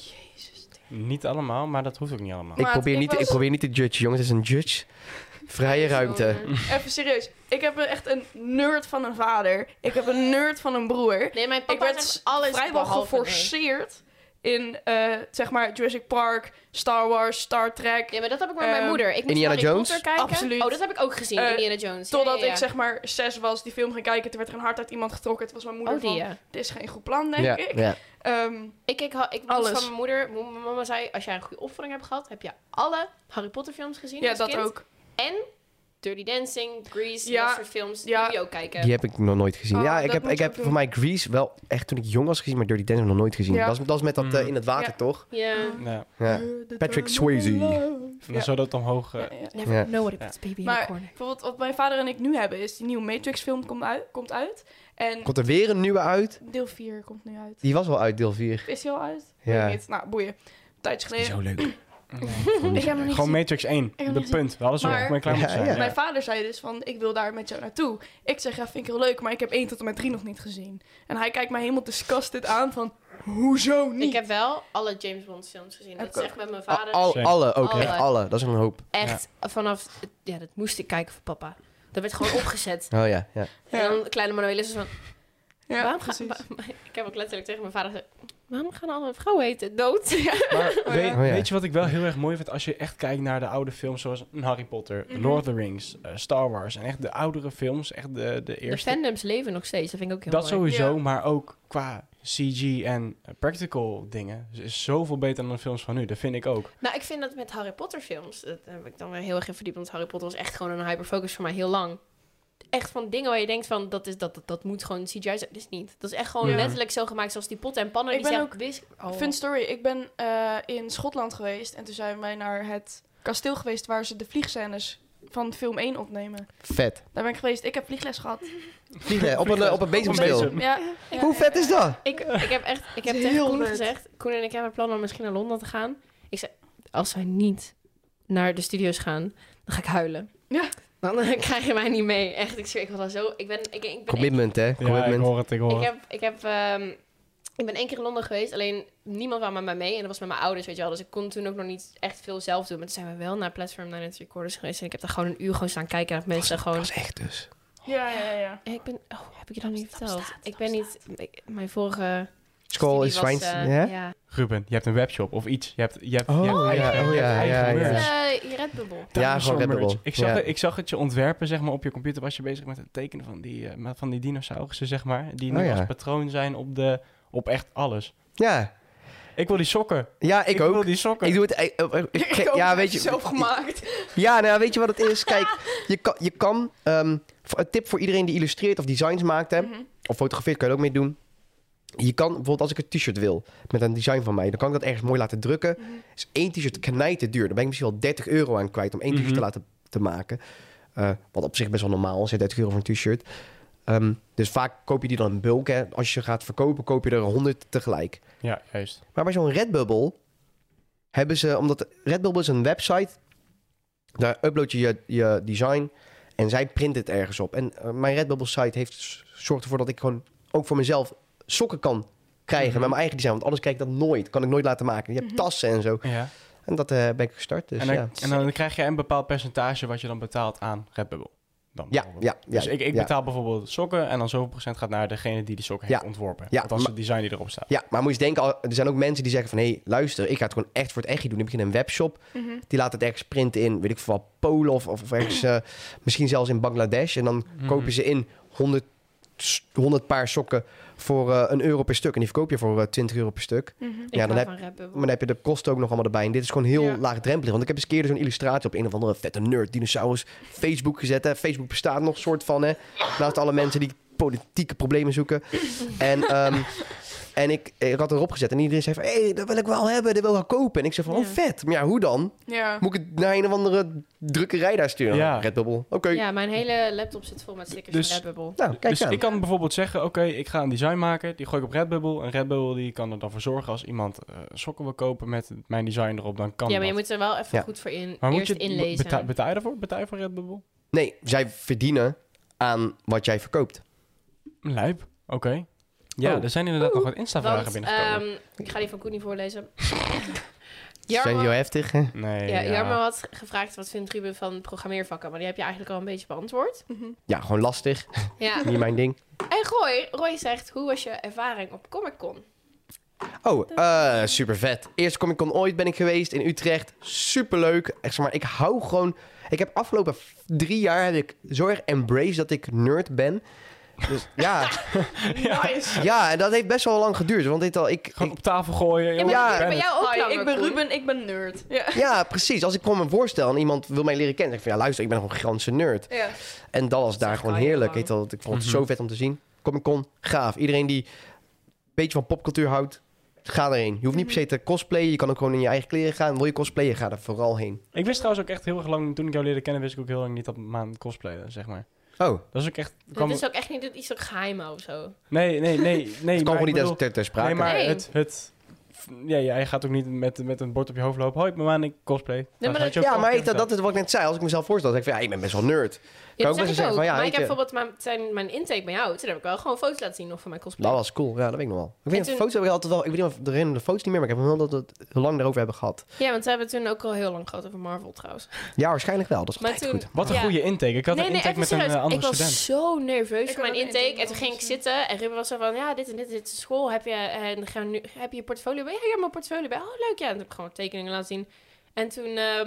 Speaker 1: Niet allemaal, maar dat hoeft ook niet allemaal.
Speaker 2: ik
Speaker 3: Maar
Speaker 2: probeer,
Speaker 3: ik
Speaker 2: niet,
Speaker 3: was-
Speaker 2: ik probeer niet te judgen, jongens. Het is een judge. Vrije ruimte.
Speaker 3: Even serieus. Ik heb echt een nerd van een vader. Ik heb een nerd van een broer.
Speaker 4: Nee, mijn
Speaker 3: Ik
Speaker 4: papa
Speaker 3: werd
Speaker 4: zegt alles
Speaker 3: vrijwel
Speaker 4: behalve nee.
Speaker 3: geforceerd in, zeg maar, Jurassic Park, Star Wars, Star Trek.
Speaker 4: Ja, maar dat heb ik met mijn moeder. Ik moest
Speaker 2: Indiana
Speaker 4: Harry
Speaker 2: Jones?
Speaker 4: Potter kijken.
Speaker 3: Absoluut.
Speaker 4: Oh, dat heb ik ook gezien, Indiana Jones. Ja,
Speaker 3: Totdat
Speaker 4: ja, ja.
Speaker 3: ik, zeg maar, 6 was, die film ging kijken. Toen werd er een hart uit iemand getrokken. Toen was mijn moeder
Speaker 4: Oh, die
Speaker 3: van,
Speaker 4: ja.
Speaker 3: dit is geen goed plan, denk
Speaker 2: Ja,
Speaker 3: ik.
Speaker 2: ja.
Speaker 4: Ik moest
Speaker 3: Alles.
Speaker 4: van mijn moeder. Mijn mama zei, als jij een goede opvoeding hebt gehad, heb je alle Harry Potter films gezien
Speaker 3: Ja,
Speaker 4: als
Speaker 3: dat
Speaker 4: kind.
Speaker 3: ook.
Speaker 4: En Dirty Dancing, Grease,
Speaker 3: Ja,
Speaker 4: dat soort films. Die
Speaker 3: ja.
Speaker 4: moet je ook kijken.
Speaker 2: Die heb ik nog nooit gezien.
Speaker 3: Oh,
Speaker 2: ja,
Speaker 3: dat
Speaker 2: ik
Speaker 3: moet je
Speaker 2: heb
Speaker 3: ook doen.
Speaker 2: voor mij Grease wel echt toen ik jong was gezien, maar Dirty Dancing nog nooit gezien.
Speaker 3: Ja.
Speaker 2: Dat is met dat in het water,
Speaker 3: Ja.
Speaker 2: toch?
Speaker 4: Ja.
Speaker 1: Ja.
Speaker 2: Ja. Patrick Swayze.
Speaker 1: En dan zo dat omhoog...
Speaker 4: Never
Speaker 2: Ja.
Speaker 4: know what it puts baby in the
Speaker 3: Maar
Speaker 4: corner.
Speaker 3: bijvoorbeeld wat mijn vader en ik nu hebben, is die nieuwe Matrix-film komt uit. En
Speaker 2: Komt er weer een nieuwe uit?
Speaker 3: deel 4 komt nu uit.
Speaker 2: Die was al uit, deel 4.
Speaker 3: Is die al uit?
Speaker 2: Ja.
Speaker 3: Weet ik niet. Nou, boeien. Een tijdje geleden.
Speaker 2: leuk.
Speaker 3: Ik heb hem nog niet
Speaker 1: Gewoon
Speaker 3: gezien.
Speaker 1: Matrix 1.
Speaker 3: heb hem
Speaker 1: De
Speaker 3: niet
Speaker 1: punt. We hadden zo
Speaker 3: Maar-
Speaker 1: maar klaar moeten
Speaker 2: Ja,
Speaker 1: zijn.
Speaker 2: ja.
Speaker 3: Mijn vader zei dus van, ik wil daar met jou naartoe. Ik zeg, ja, vind ik heel leuk, maar ik heb 1 tot en met 3 nog niet gezien. En hij kijkt mij helemaal disgusted aan van, hoezo niet?
Speaker 4: Ik heb wel alle James Bond films gezien.
Speaker 3: Heb
Speaker 4: Dat
Speaker 3: ik
Speaker 4: is echt
Speaker 3: ook.
Speaker 4: met mijn vader.
Speaker 2: Alle ook,
Speaker 4: Alle.
Speaker 2: echt alle. Dat is een hoop.
Speaker 4: Echt vanaf... Ja, dat moest ik kijken voor papa. Dat werd gewoon opgezet.
Speaker 2: Oh ja, ja.
Speaker 3: Ja.
Speaker 4: En dan kleine Manuel is van...
Speaker 3: Ja,
Speaker 4: waarom
Speaker 3: precies.
Speaker 4: ik heb ook letterlijk tegen mijn vader gezegd... Waarom gaan alle vrouwen heten dood?
Speaker 1: Maar weet,
Speaker 2: Oh ja.
Speaker 1: weet je wat ik wel heel erg mooi vind? Als je echt kijkt naar de oude films zoals Harry Potter,
Speaker 3: Mhm.
Speaker 1: Lord of the Rings, Star Wars. En echt de oudere films, echt de
Speaker 4: De
Speaker 1: eerste.
Speaker 4: fandoms leven nog steeds. Dat vind ik ook heel
Speaker 1: Dat
Speaker 4: mooi.
Speaker 1: sowieso,
Speaker 3: Ja.
Speaker 1: maar ook qua CG en practical dingen. Dus is zoveel beter dan de films van nu. Dat vind ik ook.
Speaker 4: Nou, ik vind dat met Harry Potter films... Dat heb ik dan weer heel erg in verdiept. Want Harry Potter was echt gewoon een hyperfocus voor mij heel lang. Echt van dingen waar je denkt van... Dat moet gewoon CGI zijn. Dat is niet. Dat is echt gewoon
Speaker 3: Ja.
Speaker 4: letterlijk zo gemaakt zoals die potten en pannen.
Speaker 3: Ik
Speaker 4: die
Speaker 3: ben
Speaker 4: zelf
Speaker 3: ook-
Speaker 4: wist... Oh.
Speaker 3: Fun story, ik ben in Schotland geweest en toen zijn wij naar het kasteel geweest waar ze de vliegscènes van film 1 opnemen.
Speaker 2: Vet.
Speaker 3: Daar ben ik geweest. Ik heb vliegles gehad.
Speaker 2: Vliegen op een bezemsteel.
Speaker 1: bezem.
Speaker 3: Ja,
Speaker 2: Hoe vet is dat?
Speaker 4: Ik heb tegen
Speaker 3: heel
Speaker 4: Koen
Speaker 3: vet.
Speaker 4: gezegd... Koen en ik hebben plan om misschien naar Londen te gaan. Ik zei, als wij niet naar de studio's gaan, dan ga ik huilen.
Speaker 3: Ja.
Speaker 4: Dan krijg je mij niet mee. Echt, ik zweer, ik was al zo... Ik ben
Speaker 2: Commitment, hè?
Speaker 1: Ja, ik
Speaker 2: Commitment.
Speaker 1: hoor het, ik hoor het.
Speaker 4: Ik ben 1 keer in Londen geweest, alleen niemand kwam met mij mee. En dat was met mijn ouders, weet je wel. Dus ik kon toen ook nog niet echt veel zelf doen. Maar toen zijn we wel naar Platform 9 Recorders geweest. En ik heb daar gewoon een uur gewoon staan kijken naar mensen gewoon...
Speaker 2: Dat is echt dus.
Speaker 3: ja.
Speaker 4: Ik ben... Oh, heb ik je dat niet verteld? Ik ben niet... Mijn vorige...
Speaker 2: School is
Speaker 4: studie was,
Speaker 2: Zwijns. Ja?
Speaker 4: ja.
Speaker 1: Ruben, je hebt een webshop of iets. Je hebt
Speaker 2: Oh,
Speaker 1: je
Speaker 2: ja,
Speaker 1: eigen-
Speaker 2: oh,
Speaker 1: je
Speaker 2: ja,
Speaker 1: hebt eigen
Speaker 2: ja, ja.
Speaker 1: merch.
Speaker 4: Je Redbubble.
Speaker 2: Ja,
Speaker 1: Dinosaur
Speaker 2: gewoon Red
Speaker 1: merch.
Speaker 2: Bull.
Speaker 1: Ik zag het je ontwerpen, zeg maar, op je computer. Was je bezig met het tekenen van die dinosaurussen, zeg maar. Die nu
Speaker 2: Oh, ja.
Speaker 1: als patroon zijn op echt alles.
Speaker 2: Ja.
Speaker 1: Ik wil die sokken.
Speaker 2: Ja, ik
Speaker 1: wil
Speaker 2: ook.
Speaker 1: die sokken.
Speaker 2: Ik doe het... ja, weet je...
Speaker 3: zelf gemaakt.
Speaker 2: Ja, nou, weet je wat het is? Kijk, je kan een tip voor iedereen die illustreert of designs maakt, hè,
Speaker 3: Mhm.
Speaker 2: of fotografeert, kan je er ook mee doen. Je kan bijvoorbeeld, als ik een t-shirt wil met een design van mij, dan kan ik dat ergens mooi laten drukken. Is 1 t-shirt knijten duur. Dan ben ik misschien wel €30 aan kwijt om 1 t-shirt
Speaker 1: Mhm.
Speaker 2: te maken. Wat op zich best wel normaal is, hè, €30 voor een t-shirt. Dus vaak koop je die dan in bulk. Hè. Als je gaat verkopen, koop je er 100 tegelijk.
Speaker 1: Ja, juist.
Speaker 2: Maar bij zo'n Redbubble hebben ze... Omdat Redbubble is een website. Daar upload je je design en zij print het ergens op. En mijn Redbubble site zorgt ervoor dat ik gewoon ook voor mezelf sokken kan krijgen met mijn eigen design. Want anders krijg ik dat nooit. Kan ik nooit laten maken. Je hebt tassen en zo.
Speaker 1: Ja.
Speaker 2: En dat ben ik gestart. Dus,
Speaker 1: En dan krijg je een bepaald percentage wat je dan betaalt aan Redbubble. Dan
Speaker 2: Ja,
Speaker 1: bijvoorbeeld.
Speaker 2: ja,
Speaker 1: Dus ik
Speaker 2: ja.
Speaker 1: betaal bijvoorbeeld sokken en dan zoveel procent gaat naar degene die sokken heeft
Speaker 2: Ja.
Speaker 1: ontworpen.
Speaker 2: Ja,
Speaker 1: Althans,
Speaker 2: maar-
Speaker 1: het design die erop staat.
Speaker 2: Ja, maar moet je eens denken, er zijn ook mensen die zeggen van... hé, luister, ik ga het gewoon echt voor het echtje doen. Ik begin een webshop.
Speaker 3: Mhm.
Speaker 2: Die laat het ergens printen in, weet ik veel, Polen of ergens... misschien zelfs in Bangladesh. En dan
Speaker 1: Mhm.
Speaker 2: kopen ze in 100 paar sokken voor €1 per stuk. En die verkoop je voor €20 per stuk.
Speaker 3: Mhm.
Speaker 4: Ik
Speaker 2: Ja, dan
Speaker 4: hou
Speaker 2: heb-
Speaker 4: van Redbubble.
Speaker 2: Maar dan heb je de kosten ook nog allemaal erbij. En dit is gewoon heel
Speaker 3: Ja.
Speaker 2: laagdrempelig. Want ik heb eens een keer zo'n illustratie op een of andere vette nerd dinosaurus Facebook gezet. Hè. Facebook bestaat nog soort van, hè. Naast alle mensen die politieke problemen zoeken. En En ik had erop gezet en iedereen zei van... Hé, dat wil ik wel hebben, dat wil ik wel kopen. En ik zei van,
Speaker 4: Ja.
Speaker 2: oh vet. Maar ja, hoe dan?
Speaker 3: Ja.
Speaker 2: Moet ik het naar een of andere drukkerij daar sturen?
Speaker 1: Ja.
Speaker 2: Redbubble. Oké.
Speaker 4: Ja, mijn hele laptop zit vol met stickers
Speaker 1: Dus-
Speaker 4: van Redbubble.
Speaker 2: Nou, kijk
Speaker 1: Dus
Speaker 2: aan.
Speaker 1: ik kan bijvoorbeeld zeggen, oké, ik ga een design maken. Die gooi ik op Redbubble. En Redbubble die kan er dan voor zorgen als iemand sokken wil kopen met mijn design erop. Dan kan
Speaker 4: Ja, maar
Speaker 1: dat.
Speaker 4: je moet er wel even
Speaker 2: Ja.
Speaker 4: goed voor
Speaker 1: Maar moet
Speaker 4: eerst
Speaker 1: je
Speaker 4: inlezen.
Speaker 1: betaal je daarvoor? Betaal je voor Redbubble?
Speaker 2: Nee, zij verdienen aan wat jij verkoopt.
Speaker 1: Lijp. Oké. Ja,
Speaker 2: Oh.
Speaker 1: er zijn inderdaad nog wat Insta-vragen
Speaker 4: Want,
Speaker 1: binnengekomen.
Speaker 4: ik ga die van Koen niet voorlezen.
Speaker 2: Zijn die heel heftig, hè?
Speaker 1: Nee,
Speaker 4: Ja, Jarmo had gevraagd wat vindt Ruben van programmeervakken, maar die heb je eigenlijk al een beetje beantwoord.
Speaker 3: Mhm.
Speaker 2: Ja, gewoon lastig.
Speaker 4: Ja.
Speaker 2: Niet mijn ding.
Speaker 4: En Roy zegt, hoe was je ervaring op Comic-Con?
Speaker 2: Oh, super vet. Eerste Comic-Con ooit ben ik geweest in Utrecht. Super leuk. Echt, zeg maar, ik hou gewoon... Ik heb afgelopen 3 jaar heb ik zo erg embraced dat ik nerd ben. Dus ja,
Speaker 3: Nice.
Speaker 2: ja, en dat heeft best wel lang geduurd. Want
Speaker 1: Gewoon op tafel gooien.
Speaker 4: Ja, maar
Speaker 2: Ja.
Speaker 4: dat duurt bij jou ook
Speaker 3: Hi,
Speaker 4: langer,
Speaker 3: ik ben
Speaker 4: Koen.
Speaker 3: Ruben, ik ben nerd. Ja.
Speaker 2: ja, precies. Als ik gewoon me voorstel en iemand wil mij leren kennen, zeg ik van ja, luister, ik ben gewoon een gigantische nerd.
Speaker 3: Ja.
Speaker 2: En dat was
Speaker 4: Dat
Speaker 2: daar
Speaker 4: zeg
Speaker 2: gewoon
Speaker 4: ik al
Speaker 2: heerlijk.
Speaker 4: heel lang.
Speaker 2: Weet je wel, ik vond het
Speaker 1: Mhm.
Speaker 2: zo vet om te zien. Comic-Con, gaaf. Iedereen die een beetje van popcultuur houdt, ga erheen. Je hoeft niet per se te cosplayen. Je kan ook gewoon in je eigen kleren gaan. Wil je cosplayen, ga er vooral heen.
Speaker 1: Ik wist trouwens ook echt heel erg lang, toen ik jou leerde kennen, wist ik ook heel lang niet dat Maan cosplayde, zeg maar.
Speaker 2: Oh,
Speaker 1: Dat is ook echt...
Speaker 4: Dat is ook echt niet iets ook geheim of zo.
Speaker 1: Nee.
Speaker 2: het kan
Speaker 1: maar
Speaker 2: gewoon
Speaker 1: ik
Speaker 2: niet
Speaker 1: bedoel-
Speaker 2: ter sprake.
Speaker 1: Nee, maar
Speaker 4: Nee.
Speaker 1: Ja, jij gaat ook niet met een bord op je hoofd lopen. Hoi, Maan, ik cosplay.
Speaker 4: maar
Speaker 1: Dan gaat je ook
Speaker 2: Ja, maar
Speaker 1: cosplayen.
Speaker 2: dat is wat ik net zei. Als ik mezelf voorstel, dan denk ik van ja, ik ben best wel nerd.
Speaker 4: Ja,
Speaker 2: ook
Speaker 4: dat
Speaker 2: best
Speaker 4: zeg
Speaker 2: wel
Speaker 4: ik ook.
Speaker 2: zeggen van, ja,
Speaker 4: Maar
Speaker 2: weet
Speaker 4: ik heb
Speaker 2: je-
Speaker 4: bijvoorbeeld mijn intake bij jou. Toen heb ik wel gewoon foto's laten zien nog van mijn cosplay.
Speaker 2: Dat was cool. Ja, dat weet ik nog wel. Ik weet
Speaker 4: En
Speaker 2: niet,
Speaker 4: toen-
Speaker 2: foto's heb ik altijd wel... Ik weet niet of de herinnerde foto's niet meer, maar ik heb hem wel dat we het heel lang daarover hebben gehad.
Speaker 4: Ja, want we hebben toen ook al heel lang gehad over Marvel trouwens.
Speaker 2: Ja, waarschijnlijk wel. Dat is
Speaker 4: Maar
Speaker 2: altijd
Speaker 4: toen-
Speaker 2: goed.
Speaker 1: Wat een
Speaker 4: Ja.
Speaker 1: goede intake. Ik had een intake
Speaker 4: even
Speaker 1: met een
Speaker 4: serieus.
Speaker 1: andere
Speaker 4: Ik was
Speaker 1: student.
Speaker 4: zo nerveus
Speaker 3: Ik
Speaker 4: voor mijn
Speaker 3: had ook een
Speaker 4: intake.
Speaker 3: intake
Speaker 4: En toen ging ik
Speaker 3: met
Speaker 4: zitten en Ruben was zo van... Ja, dit en dit is school. Heb je je portfolio bij? Ja, ik heb mijn portfolio bij. Oh, leuk. Ja, en toen heb ik gewoon tekeningen laten zien. En toen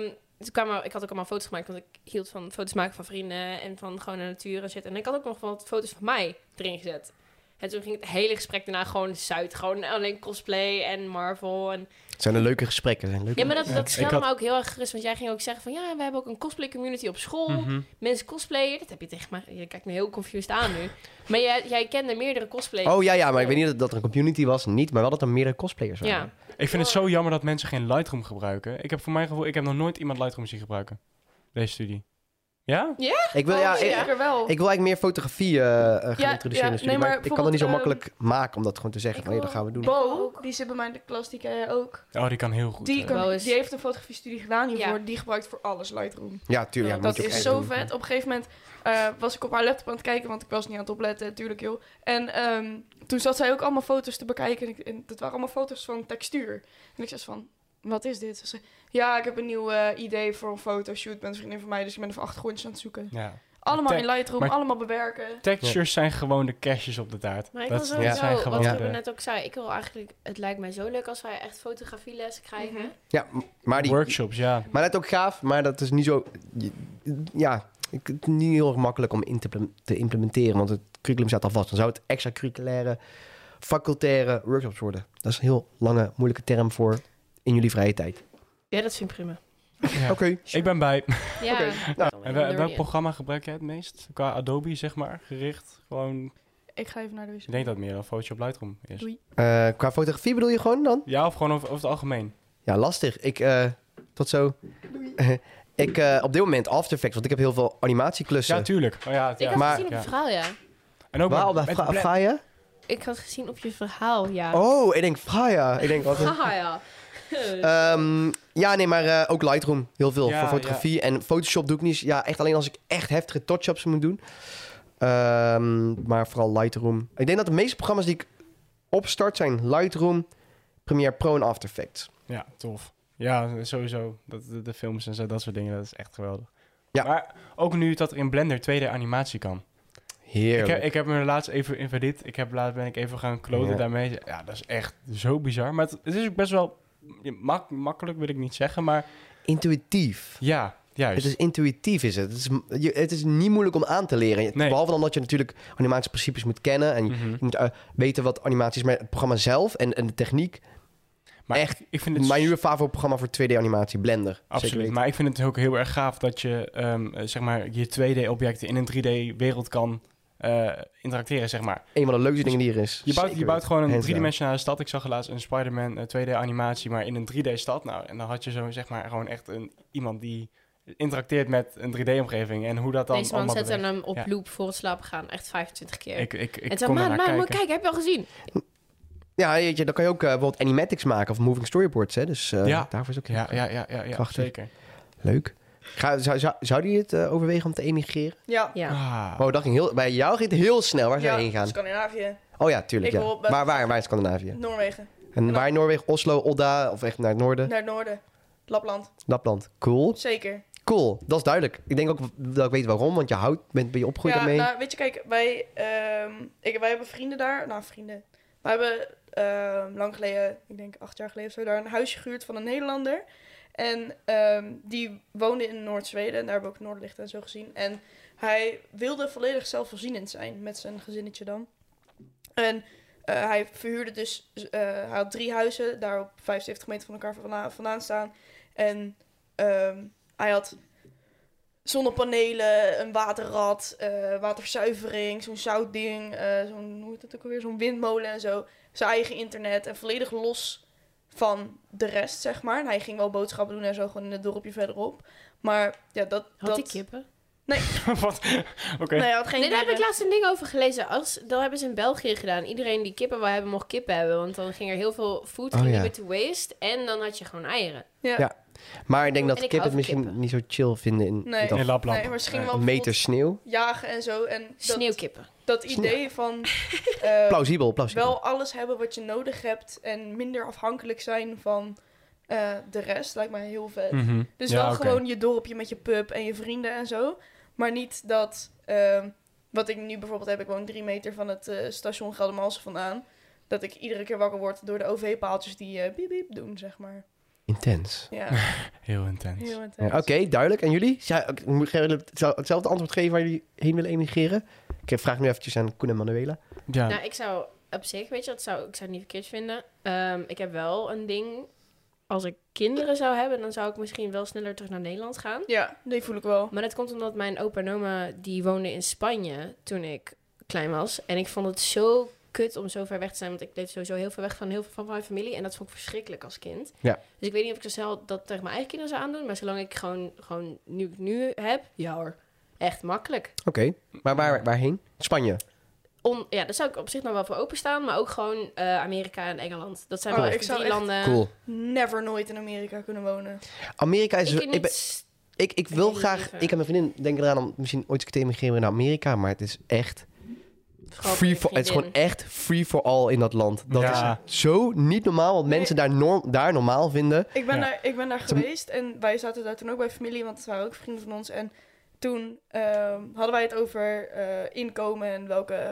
Speaker 4: ik had ook allemaal foto's gemaakt. Want ik hield van foto's maken van vrienden. En van gewoon de natuur en shit. En ik had ook nog wat foto's van mij erin gezet. En toen ging het hele gesprek daarna gewoon Zuid. Gewoon alleen cosplay en Marvel. En
Speaker 2: Het zijn de leuke gesprekken. Zijn leuke
Speaker 4: ja, maar dat
Speaker 1: Ik
Speaker 4: stelde
Speaker 1: had-
Speaker 4: me ook heel erg gerust. Want jij ging ook zeggen van... Ja, we hebben ook een cosplay community op school.
Speaker 1: Mhm.
Speaker 4: Mensen cosplayen. Dat heb je tegen mij... Je kijkt me heel confused aan nu. Maar jij kende meerdere cosplay.
Speaker 2: Oh ja, maar ik weet niet dat er een community was. Niet, maar wel dat er meerdere cosplayers waren.
Speaker 4: Ja.
Speaker 1: Ik vind het zo jammer dat mensen geen Lightroom gebruiken. Ik heb voor mijn gevoel, ik heb nog nooit iemand Lightroom zien gebruiken. Deze studie. Ja?
Speaker 2: Ik wil,
Speaker 3: Oh,
Speaker 2: ja,
Speaker 3: zeker wel.
Speaker 2: ik wil eigenlijk meer fotografie gaan
Speaker 3: Ja,
Speaker 2: introduceren in de studie.
Speaker 3: nee, maar
Speaker 2: maar ik kan dat niet zo
Speaker 3: bijvoorbeeld,
Speaker 2: makkelijk maken om dat gewoon te zeggen.
Speaker 4: ik
Speaker 2: Van, hey,
Speaker 4: wil-
Speaker 2: dat gaan we doen.
Speaker 3: Bo, die zit bij mij in de klas, die ken jij ook.
Speaker 1: Oh, die kan heel goed.
Speaker 3: Die,
Speaker 1: hè.
Speaker 4: Bo is-
Speaker 3: die heeft een fotografie-studie gedaan hiervoor.
Speaker 4: Ja.
Speaker 3: Die gebruikt voor alles Lightroom.
Speaker 2: Ja, tuurlijk. Ja,
Speaker 3: Dat
Speaker 2: moet je ook
Speaker 3: is
Speaker 2: echt
Speaker 3: zo
Speaker 2: doen.
Speaker 3: vet. Op een gegeven moment was ik op haar laptop aan het kijken, want ik was niet aan het opletten, natuurlijk joh. En toen zat zij ook allemaal foto's te bekijken. En dat waren allemaal foto's van textuur. En ik zei van, wat is dit? Ze zei, ja, ik heb een nieuw idee voor een fotoshoot met een vriendin van mij, dus ik ben even achtergrondjes aan het zoeken.
Speaker 1: Ja.
Speaker 3: Allemaal
Speaker 1: Te-
Speaker 3: in Lightroom,
Speaker 1: maar-
Speaker 3: allemaal bewerken.
Speaker 1: Textures zijn gewoon de cashjes op de taart.
Speaker 4: Maar ik wil
Speaker 1: dat
Speaker 4: sowieso,
Speaker 1: zijn gewoon
Speaker 4: wat
Speaker 1: de-
Speaker 4: Ruben net ook zei, ik wil eigenlijk, het lijkt mij zo leuk als wij echt fotografieles krijgen.
Speaker 3: Mhm.
Speaker 2: Ja, maar die...
Speaker 1: workshops, ja.
Speaker 2: Maar dat is ook gaaf, maar dat is niet zo... Ja, het is niet heel erg makkelijk om te implementeren, want het curriculum staat al vast. Dan zou het extracurriculaire, facultaire workshops worden. Dat is een heel lange, moeilijke term voor in jullie vrije tijd.
Speaker 4: Ja, dat vind ik prima.
Speaker 1: Ja.
Speaker 2: Oké.
Speaker 1: Ik ben bij.
Speaker 4: Ja.
Speaker 2: Oké, nou.
Speaker 1: En welk programma gebruik jij het meest? Qua Adobe, zeg maar, gericht? Gewoon,
Speaker 3: Ik ga even naar de wc.
Speaker 1: ik denk dat het meer een Photoshop Lightroom is.
Speaker 3: Doei.
Speaker 2: Qua fotografie bedoel je gewoon dan?
Speaker 1: Ja, of gewoon over het algemeen?
Speaker 2: Ja, lastig. Tot zo. Op dit moment After Effects, want ik heb heel veel animatieklussen.
Speaker 1: Ja, tuurlijk. Oh, ja,
Speaker 4: Ik
Speaker 1: ja.
Speaker 4: had
Speaker 2: Maar-
Speaker 4: gezien op je verhaal, ja.
Speaker 1: En ook
Speaker 2: Waar,
Speaker 1: met Blend-
Speaker 2: Gaia?
Speaker 4: Ik had gezien op je verhaal, ja.
Speaker 2: Oh, ik denk Gaia. Ik denk, wat een-
Speaker 4: Haha, ja.
Speaker 2: ja, nee, maar ook Lightroom. Heel veel
Speaker 1: Ja,
Speaker 2: voor fotografie. En Photoshop doe ik niet. Ja, echt alleen als ik echt heftige touch-ups moet doen. Maar vooral Lightroom. Ik denk dat de meeste programma's die ik opstart zijn Lightroom, Premiere Pro en After Effects.
Speaker 1: Ja, tof. Ja, sowieso. De films en zo, dat soort dingen, dat is echt geweldig.
Speaker 2: Ja.
Speaker 1: Maar ook nu dat er in Blender 2D animatie kan.
Speaker 2: Heerlijk.
Speaker 1: Ik heb me laatst even in verdiept. Ben ik even gaan kloten
Speaker 2: Ja.
Speaker 1: daarmee. Ja, dat is echt zo bizar. Maar het is ook best wel makkelijk, wil ik niet zeggen. Maar
Speaker 2: Intuïtief.
Speaker 1: ja, juist.
Speaker 2: Het is intuïtief, is het. Het is niet moeilijk om aan te leren.
Speaker 1: Nee.
Speaker 2: Behalve dan dat je natuurlijk animatieprincipes moet kennen. En je
Speaker 1: Mhm.
Speaker 2: moet weten wat animatie is. Maar het programma zelf en de techniek.
Speaker 1: Maar
Speaker 2: echt,
Speaker 1: ik vind het
Speaker 2: Mijn nieuwe favoriet programma voor 2D-animatie, Blender. Zeker
Speaker 1: absoluut.
Speaker 2: weten.
Speaker 1: Maar ik vind het ook heel erg gaaf dat je zeg maar je 2D-objecten in een 3D-wereld kan interacteren, zeg maar.
Speaker 2: Een van de leukste dingen die er is.
Speaker 1: Je bouwt gewoon een
Speaker 2: Hands down.
Speaker 1: driedimensionale stad. Ik zag laatst een Spider-Man 2D-animatie, maar in een 3D-stad. Nou, en dan had je zo, zeg maar, gewoon echt iemand die interacteert met een 3D-omgeving. En hoe dat dan
Speaker 4: Deze man
Speaker 1: allemaal
Speaker 4: zette
Speaker 1: beweegt.
Speaker 4: hem op
Speaker 1: Ja.
Speaker 4: loop voor het slapen gaan. Echt 25 keer.
Speaker 1: Ik
Speaker 4: en toen
Speaker 1: kom er naar
Speaker 4: maar
Speaker 1: kijken.
Speaker 4: kijk, heb je al gezien?
Speaker 2: Ja, weet je, dan kan je ook bijvoorbeeld animatics maken of moving storyboards. Hè? Dus
Speaker 1: Ja.
Speaker 2: daarvoor is ook
Speaker 1: Ja,
Speaker 2: Krachtig.
Speaker 1: zeker.
Speaker 2: leuk. Zou die het overwegen om te emigreren?
Speaker 3: Ja.
Speaker 4: Ja.
Speaker 1: Ah.
Speaker 2: Oh, dat ging bij jou ging het heel snel. Waar zou je heen gaan?
Speaker 3: Scandinavië,
Speaker 2: Oh ja, tuurlijk.
Speaker 3: Ik
Speaker 2: Ja.
Speaker 3: wil-
Speaker 2: Waar in Scandinavië?
Speaker 3: Noorwegen,
Speaker 2: En waar in Noorwegen? Oslo, Odda of echt naar het noorden?
Speaker 3: naar het noorden, Lapland.
Speaker 2: Lapland. Cool.
Speaker 3: Zeker.
Speaker 2: Cool, dat is duidelijk. Ik denk ook dat ik weet waarom, want ben je opgegroeid
Speaker 3: Ja,
Speaker 2: daarmee?
Speaker 3: nou, weet je, kijk, wij hebben vrienden daar. Nou, vrienden. We hebben lang geleden, ik denk 8 jaar geleden of zo, daar een huisje gehuurd van een Nederlander. En die woonde in Noord-Zweden en daar hebben we ook Noordlicht en zo gezien. En hij wilde volledig zelfvoorzienend zijn met zijn gezinnetje dan. En hij verhuurde dus, hij had 3 huizen daar op 75 meter van elkaar vandaan staan. En hij had zonnepanelen, een waterrad, waterzuivering, zo'n zoutding, hoe heet het ook alweer, zo'n windmolen en zo. Zijn eigen internet en volledig los van de rest, zeg maar. En hij ging wel boodschappen doen en zo, gewoon in het dorpje verderop. Maar ja,
Speaker 4: Had
Speaker 3: dat...
Speaker 4: die kippen?
Speaker 1: Wat? Oké.
Speaker 3: Nee, hij had geen
Speaker 4: Nee, daar heb ik
Speaker 3: dieren.
Speaker 4: laatst een ding over gelezen. Dat hebben ze in België gedaan. Iedereen die kippen wil hebben, mocht kippen hebben. Want dan ging er heel veel food ging
Speaker 2: ja.
Speaker 4: niet meer to waste. En dan had je gewoon eieren.
Speaker 3: Ja.
Speaker 2: Ja. Maar ik denk dat
Speaker 4: En ik
Speaker 2: kippen
Speaker 4: hou
Speaker 2: het
Speaker 4: van
Speaker 2: misschien
Speaker 4: kippen.
Speaker 2: niet zo chill vinden in
Speaker 3: Nee.
Speaker 2: dat
Speaker 1: In Lapland.
Speaker 3: Nee, maar ze gingen wel
Speaker 2: een meter
Speaker 3: bijvoorbeeld
Speaker 2: sneeuw.
Speaker 3: jagen en zo. En
Speaker 4: Sneeuwkippen.
Speaker 3: dat idee van
Speaker 2: Plausibel.
Speaker 3: wel alles hebben wat je nodig hebt en minder afhankelijk zijn van de rest, lijkt mij heel vet.
Speaker 1: Mhm.
Speaker 3: Dus
Speaker 1: Ja,
Speaker 3: wel
Speaker 1: oké.
Speaker 3: gewoon je dorpje met je pub en je vrienden en zo. Maar niet dat, wat ik nu bijvoorbeeld heb, ik woon 3 meter van het station Geldermalsen vandaan. Dat ik iedere keer wakker word door de OV-paaltjes die biep biep doen, zeg maar.
Speaker 2: Intens.
Speaker 3: Ja,
Speaker 1: Heel intens.
Speaker 3: heel intens.
Speaker 2: Ja, Oké, duidelijk. En jullie? Zou hetzelfde antwoord geven waar jullie heen willen emigreren? Ik vraag nu eventjes aan Koen en Manuela.
Speaker 1: Ja.
Speaker 4: Nou, ik zou op zich, weet je, ik zou het niet verkeerd vinden. Ik heb wel een ding. Als ik kinderen zou hebben, dan zou ik misschien wel sneller terug naar Nederland gaan.
Speaker 3: Ja, die voel ik wel.
Speaker 4: Maar dat komt omdat mijn opa en oma, die woonden in Spanje toen ik klein was. En ik vond het zo kut om zo ver weg te zijn. Want ik leef sowieso heel ver weg van heel veel van mijn familie. En dat vond ik verschrikkelijk als kind.
Speaker 2: Ja.
Speaker 4: Dus ik weet niet of ik dat tegen mijn eigen kinderen zou aandoen. Maar zolang ik gewoon nu heb, ja hoor. Echt makkelijk.
Speaker 2: Oké, maar waarheen? Spanje.
Speaker 4: Ja, daar zou ik op zich nog wel voor openstaan. Maar ook gewoon Amerika en Engeland. Dat zijn
Speaker 3: Oh,
Speaker 4: wel
Speaker 3: ik
Speaker 4: echt
Speaker 3: zou
Speaker 4: 3
Speaker 3: echt-
Speaker 4: landen.
Speaker 2: Cool.
Speaker 3: Never nooit in Amerika kunnen wonen.
Speaker 2: Amerika is... Ik wil
Speaker 4: Heel
Speaker 2: graag...
Speaker 4: lieve.
Speaker 2: Ik en mijn vriendin denken eraan om misschien ooit te emigreren naar Amerika. Maar het is echt... Het is gewoon echt free for all in dat land. Dat
Speaker 1: Ja.
Speaker 2: is zo niet normaal wat
Speaker 3: Nee.
Speaker 2: mensen daar normaal vinden.
Speaker 3: Ik ben
Speaker 1: Ja.
Speaker 3: daar geweest en wij zaten daar toen ook bij familie, want het waren ook vrienden van ons. En toen hadden wij het over inkomen en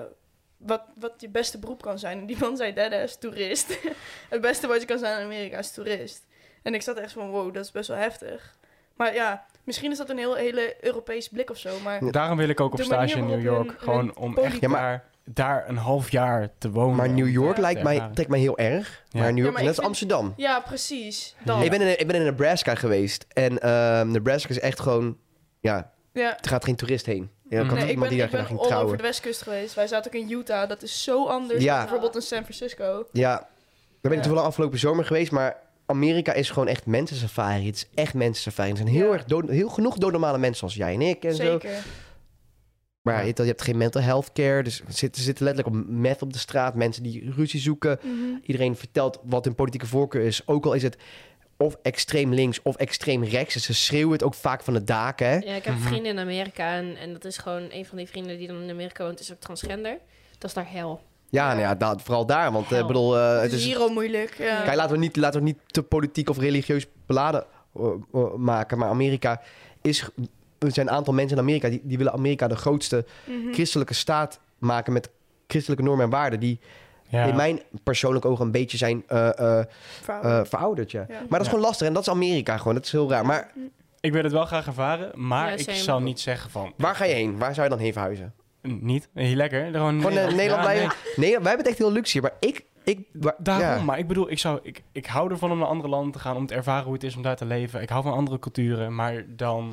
Speaker 3: wat je beste beroep kan zijn. En die man zei, dada is toerist. Het beste wat je kan zijn in Amerika is toerist. En ik zat echt van, wow, dat is best wel heftig. Maar ja, misschien is dat een hele Europese blik of zo, maar...
Speaker 1: Daarom wil ik ook op
Speaker 3: De
Speaker 1: stage
Speaker 3: manier
Speaker 1: in New
Speaker 3: waarop
Speaker 1: York.
Speaker 3: hun
Speaker 1: Gewoon om echt
Speaker 2: Ja, maar-
Speaker 1: daar een half jaar te wonen.
Speaker 2: Maar New York
Speaker 3: Ja.
Speaker 2: trekt mij heel erg.
Speaker 1: Ja.
Speaker 2: Maar New
Speaker 3: Ja,
Speaker 2: York
Speaker 3: maar
Speaker 2: is net
Speaker 3: ik
Speaker 2: als
Speaker 3: vind-
Speaker 2: Amsterdam.
Speaker 3: Ja, precies. Dan.
Speaker 1: Ja.
Speaker 2: Ik ben in Nebraska geweest. En Nebraska is echt gewoon... Ja,
Speaker 3: Ja.
Speaker 2: er gaat geen toerist heen. Ja, ik
Speaker 1: Nee,
Speaker 2: had
Speaker 3: Nee, ik
Speaker 2: iemand
Speaker 3: ben,
Speaker 2: die
Speaker 3: ik
Speaker 2: daar
Speaker 3: ben
Speaker 2: ging
Speaker 3: all over
Speaker 2: trouwen.
Speaker 3: de westkust geweest. Wij zaten ook in Utah. Dat is zo anders
Speaker 2: Ja.
Speaker 3: dan bijvoorbeeld in San Francisco.
Speaker 2: Ja, daar ben ik
Speaker 1: Ja.
Speaker 2: toevallig afgelopen zomer geweest. Maar Amerika is gewoon echt mensensafari. Het is echt mensensafari. Er zijn heel
Speaker 3: Ja.
Speaker 2: erg heel genoeg doodnormale mensen zoals jij en ik en zo.
Speaker 3: Zeker.
Speaker 2: Maar
Speaker 1: Ja.
Speaker 2: je hebt geen mental health care. Dus er zitten letterlijk op meth op de straat. Mensen die ruzie zoeken.
Speaker 3: Mhm.
Speaker 2: Iedereen vertelt wat hun politieke voorkeur is. Ook al is het of extreem links of extreem rechts. Dus ze schreeuwen het ook vaak van de daken. Hè?
Speaker 4: Ja, ik heb
Speaker 1: Mhm.
Speaker 4: vrienden in Amerika en dat is gewoon een van die vrienden die dan in Amerika woont, is ook transgender. Dat is daar hel.
Speaker 2: Ja, nou ja, vooral daar. Want ik
Speaker 4: Hel.
Speaker 2: bedoel,
Speaker 3: Het
Speaker 2: het
Speaker 3: is
Speaker 2: is...
Speaker 3: hier al moeilijk. Ja.
Speaker 2: Kijk, laten we het niet te politiek of religieus beladen maken. Maar Amerika is... Er zijn een aantal mensen in Amerika die willen Amerika de grootste
Speaker 3: Mhm.
Speaker 2: christelijke staat maken met christelijke normen en waarden. Die
Speaker 1: Ja.
Speaker 2: in mijn persoonlijke ogen een beetje zijn
Speaker 3: Vrouwen.
Speaker 2: verouderd. Ja.
Speaker 3: Ja.
Speaker 2: Maar dat is gewoon lastig en dat is Amerika gewoon. Dat is heel raar. Maar
Speaker 1: Ik wil het wel graag ervaren, maar
Speaker 4: Ja,
Speaker 1: ik
Speaker 4: same.
Speaker 1: zou niet zeggen van...
Speaker 2: waar ga je heen? Waar zou je dan heen verhuizen?
Speaker 1: Niet? Hier lekker. Gewoon
Speaker 2: Gewoon in Nederland
Speaker 1: Ja,
Speaker 2: blijven? Nee, wij hebben het echt heel luxe hier. Maar
Speaker 1: Daarom,
Speaker 2: ja.
Speaker 1: maar ik bedoel, ik hou ervan om naar andere landen te gaan, om te ervaren hoe het is om daar te leven. Ik hou van andere culturen, maar dan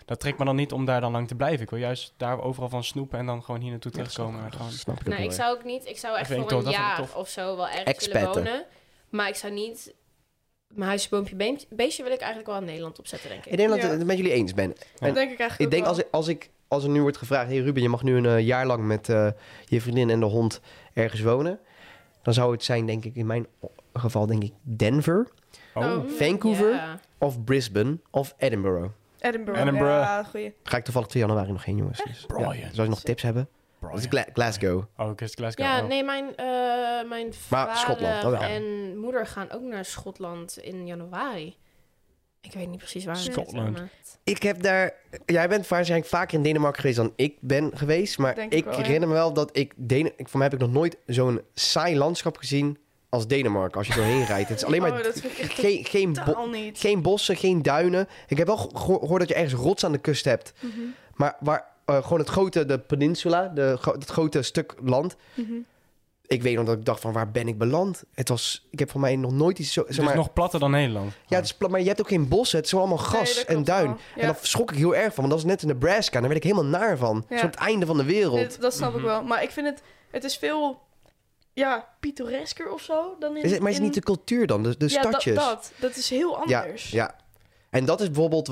Speaker 1: dat trekt me dan niet om daar dan lang te blijven. Ik wil juist daar overal van snoepen en dan gewoon hier naartoe terugkomen. En gewoon...
Speaker 2: Snap ik ook
Speaker 4: Nee,
Speaker 2: wel,
Speaker 4: ik
Speaker 2: ja.
Speaker 4: zou ook niet... Ik zou echt
Speaker 1: vind ik
Speaker 4: voor
Speaker 1: tof,
Speaker 4: een
Speaker 1: dat vind ik
Speaker 4: jaar
Speaker 1: tof.
Speaker 4: of zo wel ergens willen
Speaker 2: Expatten.
Speaker 4: wonen. Maar ik zou niet... Mijn huisje, boompje, beestje wil ik eigenlijk wel in Nederland opzetten, denk ik.
Speaker 2: Ik denk dat ik
Speaker 3: Ja.
Speaker 2: het met jullie eens ben.
Speaker 3: Dat denk ik eigenlijk
Speaker 2: Ik denk
Speaker 3: ook
Speaker 2: als er nu wordt gevraagd... Hey Ruben, je mag nu een jaar lang met je vriendin en de hond ergens wonen. Dan zou het zijn, denk ik, in mijn geval, denk ik, Denver
Speaker 3: Oh.
Speaker 2: Vancouver?
Speaker 4: Ja.
Speaker 2: of Brisbane of Edinburgh.
Speaker 3: Edinburgh.
Speaker 1: Edinburgh.
Speaker 3: Ja, goeie.
Speaker 2: Ga ik toevallig 2 januari nog heen, jongens. Dus,
Speaker 1: Brian.
Speaker 2: ja, als je nog tips hebben. Dat is Glasgow.
Speaker 1: Oh, ik is Glasgow.
Speaker 4: Ja,
Speaker 1: Oh.
Speaker 4: nee, mijn
Speaker 2: Maar Schotland,
Speaker 4: vader
Speaker 2: dat wel.
Speaker 4: en moeder gaan ook naar Schotland in januari. Ik weet niet precies waar. we
Speaker 1: Scotland.
Speaker 4: zitten, maar-
Speaker 2: Ik heb daar... Jij bent waarschijnlijk vaker in Denemarken geweest dan ik ben geweest. Maar
Speaker 3: Denk
Speaker 2: ik
Speaker 3: ik wel, ja.
Speaker 2: herinner me wel dat voor mij heb ik nog nooit zo'n saai landschap gezien als Denemarken. Als je doorheen rijdt. Het is alleen maar
Speaker 3: Oh, dat vind ik echt
Speaker 2: geen
Speaker 3: niet.
Speaker 2: geen bossen, geen duinen. Ik heb wel gehoord dat je ergens rots aan de kust hebt.
Speaker 3: Mhm.
Speaker 2: Maar waar gewoon de peninsula, het grote stuk land.
Speaker 3: Mhm.
Speaker 2: Ik weet nog dat ik dacht van, waar ben ik beland? Ik heb voor mij nog nooit iets zo...
Speaker 1: Het
Speaker 2: Zeg
Speaker 1: is
Speaker 2: maar,
Speaker 1: nog platter dan Nederland.
Speaker 2: ja, het is plat, maar je hebt ook geen bossen. Het is allemaal gas
Speaker 3: Nee, dat
Speaker 2: en
Speaker 3: klopt
Speaker 2: duin.
Speaker 3: wel. Ja.
Speaker 2: En daar schrok ik heel erg van, want dat was net in Nebraska. En daar werd ik helemaal naar van.
Speaker 3: Ja.
Speaker 2: Zo het einde van de wereld.
Speaker 3: Dat snap ik
Speaker 1: Mhm.
Speaker 3: wel. Maar ik vind het is veel, pittoresker of zo dan in...
Speaker 2: Maar is het niet de cultuur dan? De
Speaker 3: ja,
Speaker 2: stadjes?
Speaker 3: dat is heel anders.
Speaker 2: Ja. En dat is bijvoorbeeld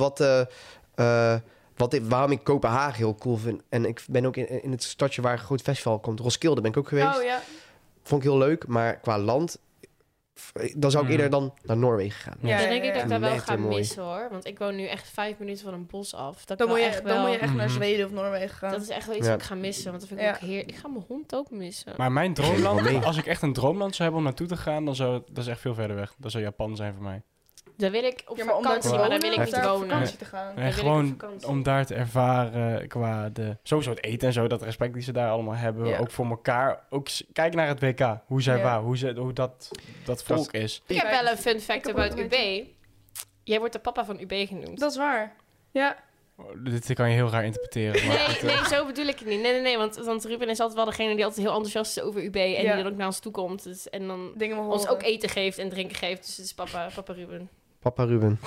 Speaker 2: waarom ik Kopenhagen heel cool vind. En ik ben ook in het stadje waar een groot festival komt. Roskilde ben ik ook geweest.
Speaker 3: Oh ja.
Speaker 2: Vond ik heel leuk. Maar qua land, dan zou ik
Speaker 1: Mhm.
Speaker 2: eerder dan naar Noorwegen gaan.
Speaker 3: Ja,
Speaker 4: Dan denk ik dat ik dat wel
Speaker 2: Lekker
Speaker 4: ga
Speaker 2: mooi.
Speaker 4: missen, hoor. Want ik woon nu echt 5 minuten van een bos af. Dat
Speaker 3: Dan moet,
Speaker 4: wil
Speaker 3: je,
Speaker 4: echt
Speaker 3: dan
Speaker 4: wel...
Speaker 3: moet je echt naar
Speaker 1: Mhm.
Speaker 3: Zweden of Noorwegen gaan.
Speaker 4: Dat is echt wel iets
Speaker 2: Ja.
Speaker 4: wat ik ga missen. Want dat vind ik
Speaker 3: Ja.
Speaker 4: ook heerlijk. Ik ga mijn hond ook missen.
Speaker 1: Maar mijn
Speaker 2: Geef wel
Speaker 1: droomland,
Speaker 2: mee.
Speaker 1: als ik echt een droomland zou hebben om naartoe te gaan, dan zou dat is echt veel verder weg. Dat zou Japan zijn voor mij.
Speaker 4: Daar wil ik op
Speaker 3: Ja, maar om daar
Speaker 4: vakantie,
Speaker 3: te
Speaker 4: maar
Speaker 3: wonen
Speaker 4: daar wil ik
Speaker 3: of
Speaker 4: niet
Speaker 3: daar op
Speaker 4: wonen.
Speaker 3: vakantie te gaan.
Speaker 1: En
Speaker 4: wil ik op
Speaker 1: gewoon
Speaker 4: vakantie.
Speaker 1: om daar te ervaren qua sowieso het eten en zo, dat respect die ze daar allemaal hebben.
Speaker 3: Ja.
Speaker 1: Ook voor elkaar. Ook kijk naar het WK. Hoe zij
Speaker 3: Ja.
Speaker 1: waar, hoe dat volk is.
Speaker 4: Ik heb wel een fun fact
Speaker 3: Ik heb
Speaker 4: about
Speaker 3: ook
Speaker 4: UB.
Speaker 3: een
Speaker 4: Jij wordt de papa van UB genoemd.
Speaker 3: Dat is waar. Ja.
Speaker 1: Oh, dit kan je heel raar interpreteren. Maar het,
Speaker 4: Nee, zo bedoel ik het niet. Nee, want Ruben is altijd wel degene die altijd heel enthousiast is over UB. En
Speaker 3: Ja.
Speaker 4: die dan ook naar ons toe komt. Dus, en dan
Speaker 3: Dingen we
Speaker 4: ons
Speaker 3: horen.
Speaker 4: ook eten geeft en drinken geeft. Dus het is papa Ruben.
Speaker 2: Papa Ruben.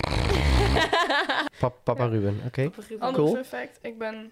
Speaker 2: Papa
Speaker 3: Ja.
Speaker 2: Ruben, oké.
Speaker 4: Papa Ruben.
Speaker 3: Andere
Speaker 2: Cool.
Speaker 3: fun fact. Ik ben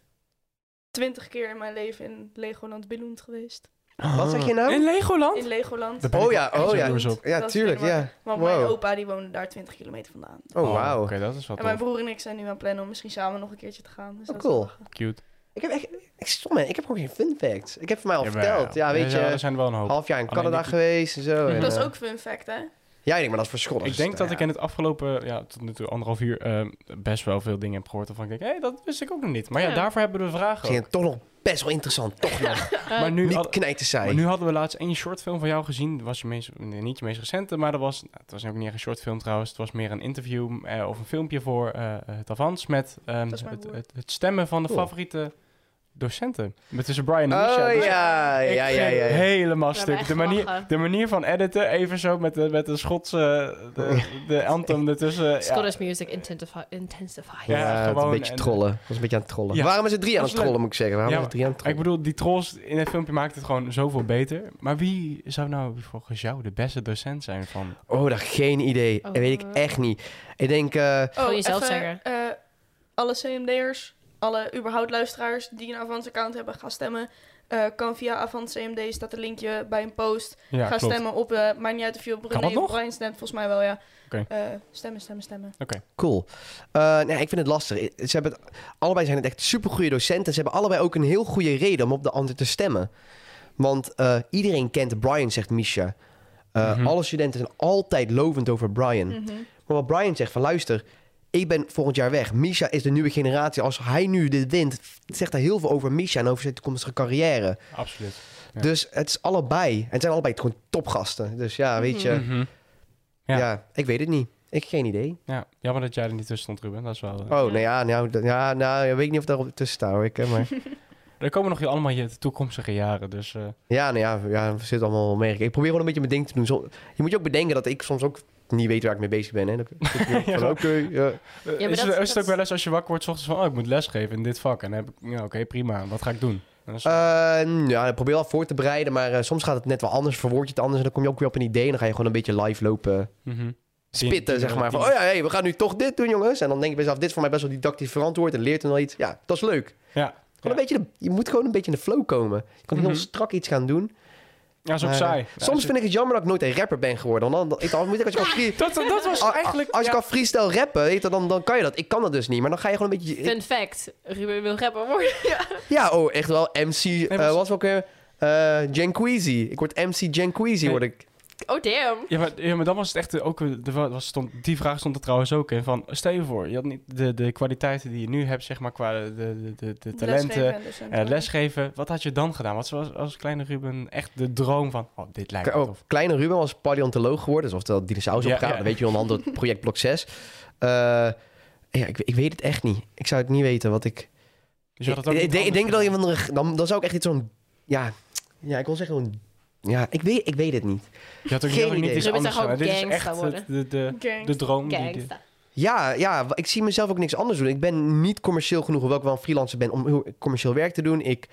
Speaker 3: 20 keer in mijn leven in Legoland Billund geweest.
Speaker 2: Wat zeg je nou?
Speaker 1: in Legoland?
Speaker 3: In Legoland.
Speaker 1: Daar ben ik
Speaker 2: Oh ja,
Speaker 1: wel echt
Speaker 2: oh ja.
Speaker 1: jaloers op.
Speaker 2: Ja,
Speaker 3: Dat is
Speaker 2: tuurlijk, ja.
Speaker 3: Denemarken. Want mijn
Speaker 2: Wow.
Speaker 3: opa die woonde daar 20 kilometer vandaan.
Speaker 2: Oh, wauw.
Speaker 1: Oké, dat is wel
Speaker 3: En mijn
Speaker 1: tof.
Speaker 3: broer en ik zijn nu aan het plannen om misschien samen nog een keertje te gaan. Dus
Speaker 2: Oh,
Speaker 3: dat is
Speaker 2: cool.
Speaker 3: wel lachen.
Speaker 1: Cute.
Speaker 2: Ik heb gewoon geen fun facts. Ik heb voor mij al
Speaker 1: Jawel.
Speaker 2: verteld. Ja, weet
Speaker 1: er
Speaker 2: je,
Speaker 1: zijn er wel een hoop.
Speaker 2: half jaar in
Speaker 1: Alleen
Speaker 2: Canada
Speaker 1: niet-
Speaker 2: geweest en zo. En,
Speaker 3: Dat is
Speaker 2: eh,
Speaker 3: ook fun fact, hè?
Speaker 2: Ja, ik denk, maar dat is voor school.
Speaker 1: Ik denk dat ik in het afgelopen, tot nu toe 1,5 uur, best wel veel dingen heb gehoord. Waarvan ik denk, hé, dat wist ik ook nog niet. Maar ja,
Speaker 4: Ja.
Speaker 1: daarvoor hebben we de vragen
Speaker 2: Ik vind
Speaker 1: ook.
Speaker 2: het toch nog best wel interessant. Toch nog.
Speaker 1: Maar nu,
Speaker 2: Niet knijten
Speaker 1: maar
Speaker 2: saai.
Speaker 1: nu hadden we laatst één shortfilm van jou gezien. Dat was niet je meest recente, maar het was ook niet echt een shortfilm trouwens. Het was meer een interview of een filmpje voor het Avans met
Speaker 3: Dat is mijn broer.
Speaker 1: het stemmen van de
Speaker 2: Cool.
Speaker 1: favoriete docenten. Met tussen Brian en
Speaker 2: Oh
Speaker 1: Micha. Dus
Speaker 2: ja,
Speaker 1: ik
Speaker 2: ja,
Speaker 1: ging
Speaker 2: ja, ja.
Speaker 1: helemaal
Speaker 4: We hebben
Speaker 1: stuk.
Speaker 4: echt
Speaker 1: De manier van editen, even zo met de Schotse, de anthem ertussen. Ja.
Speaker 4: Scottish Music Intensify.
Speaker 1: Ja,
Speaker 2: Ja, het is
Speaker 1: gewoon
Speaker 2: een beetje
Speaker 1: en-
Speaker 2: trollen. Dat was een beetje aan het trollen.
Speaker 1: Ja.
Speaker 2: We waren met z'n 3 aan
Speaker 1: Dat
Speaker 2: het
Speaker 1: is
Speaker 2: trollen, moet ik zeggen. We waren
Speaker 1: Ja,
Speaker 2: met z'n 3 aan het
Speaker 1: Ik
Speaker 2: trollen.
Speaker 1: bedoel, die trolls in het filmpje maakt het gewoon zoveel beter. Maar wie zou nou volgens jou de beste docent zijn van...
Speaker 2: Oh, dat geen idee. Dat weet ik echt niet. Ik denk...
Speaker 4: Gewoon jezelf
Speaker 3: even,
Speaker 4: zeggen.
Speaker 3: Alle CMD'ers, alle überhaupt luisteraars die een Avans-account hebben, gaan stemmen. Kan via Avans CMD, staat een linkje bij een post.
Speaker 1: Ja,
Speaker 3: Ga
Speaker 1: klopt.
Speaker 3: stemmen op, maakt niet uit of je op
Speaker 1: Kan
Speaker 3: René
Speaker 1: dat nog?
Speaker 3: of Brian stemt, volgens mij wel, ja.
Speaker 1: Oké.
Speaker 3: Stemmen.
Speaker 2: Cool. Nee, ik vind het lastig. Ze hebben allebei zijn het echt supergoeie docenten. Ze hebben allebei ook een heel goede reden om op de ander te stemmen. Want iedereen kent Brian, zegt Misha.
Speaker 1: Mhm.
Speaker 2: Alle studenten zijn altijd lovend over Brian.
Speaker 3: Mhm.
Speaker 2: Maar wat Brian zegt van luister, ik ben volgend jaar weg. Misha is de nieuwe generatie. Als hij nu dit wint, zegt hij heel veel over Misha en over zijn toekomstige carrière.
Speaker 1: Absoluut. Ja.
Speaker 2: Dus het is allebei. En het zijn allebei gewoon topgasten. Dus ja, weet je.
Speaker 1: Mhm. Ja.
Speaker 2: Ja. Ik weet het niet. Ik heb geen idee.
Speaker 1: Ja, jammer dat jij er niet tussen stond, Ruben. Dat is wel...
Speaker 2: Oh, nou, ik weet niet of daar tussen sta hoor. Maar
Speaker 1: Er komen nog allemaal je toekomstige jaren, dus...
Speaker 2: ja, we zitten allemaal wel merken. Ik probeer gewoon een beetje mijn ding te doen. Je moet je ook bedenken dat ik soms ook niet weet waar ik mee bezig ben. Hè. Dan zit ik
Speaker 1: Ja.
Speaker 2: van, oké, ja.
Speaker 4: maar
Speaker 1: is,
Speaker 4: dat-
Speaker 1: is het
Speaker 4: dat-
Speaker 1: ook wel eens als je wakker wordt 's ochtends van... Oh, ik moet lesgeven in dit vak. En dan heb ik... Ja, oké, prima. Wat ga ik doen? En dan is-
Speaker 2: Ja, ik probeer wel voor te bereiden, maar soms gaat het net wel anders. Verwoord je het anders en dan kom je ook weer op een idee en dan ga je gewoon een beetje live lopen
Speaker 1: Mhm.
Speaker 2: spitten, zeg maar. Van, oh ja, hey, we gaan nu toch dit doen, jongens. En dan denk ik bij mezelf, dit is voor mij best wel didactisch verantwoord en leert dan wel iets. Ja, dat is leuk.
Speaker 1: Ja.
Speaker 2: Gewoon een beetje je moet gewoon een beetje in de flow komen. Je kan heel
Speaker 1: Mhm.
Speaker 2: strak iets gaan doen.
Speaker 1: Ja, dat is ook
Speaker 2: Maar,
Speaker 1: saai.
Speaker 2: soms vind ik het jammer dat ik nooit een rapper ben geworden. Want dan moet ik als je
Speaker 1: Dat was eigenlijk...
Speaker 2: als je kan freestyle rappen, weet je, dan kan je dat. Ik kan dat dus niet. Maar dan ga je gewoon een beetje...
Speaker 4: Fun fact, Ruben wil rapper worden.
Speaker 2: Ja, oh, echt wel. MC...
Speaker 1: maar-
Speaker 2: wat was ook weer? Janqueezy. Ik word MC Janqueezy,
Speaker 1: Nee.
Speaker 2: word ik.
Speaker 4: Oh, damn.
Speaker 1: Ja, maar dan was het echt ook... Die vraag stond er trouwens ook in. Van, stel je voor, je had niet de kwaliteiten die je nu hebt, zeg maar, qua de talenten en lesgeven. Wat had je dan gedaan? Wat was als kleine Ruben echt de droom van... Oh, dit lijkt me tof.
Speaker 2: Kleine Ruben was paleontoloog geworden. Dus oftewel dinosaurus
Speaker 1: Ja,
Speaker 2: opgraven.
Speaker 1: ja.
Speaker 2: Dat weet je onder andere project Blok 6. Ja, ik weet het echt niet. Ik zou het niet weten wat ik...
Speaker 1: Dus je had het ook
Speaker 2: Ik
Speaker 1: niet
Speaker 2: denk dat
Speaker 1: anders
Speaker 2: je dan zou ik echt iets zo'n... Ja, ik wil zeggen een... Ja, ik weet het niet.
Speaker 1: Je had ook
Speaker 2: Geen
Speaker 1: niet
Speaker 2: idee.
Speaker 1: iets
Speaker 4: Ruben
Speaker 1: anders
Speaker 4: zou
Speaker 1: gedaan. Dit is
Speaker 4: gangsta
Speaker 1: echt
Speaker 4: worden.
Speaker 1: de droom.
Speaker 4: Gangsta.
Speaker 2: Ja, ik zie mezelf ook niks anders doen. Ik ben niet commercieel genoeg, hoewel ik wel een freelancer ben, om heel commercieel werk te doen. Ik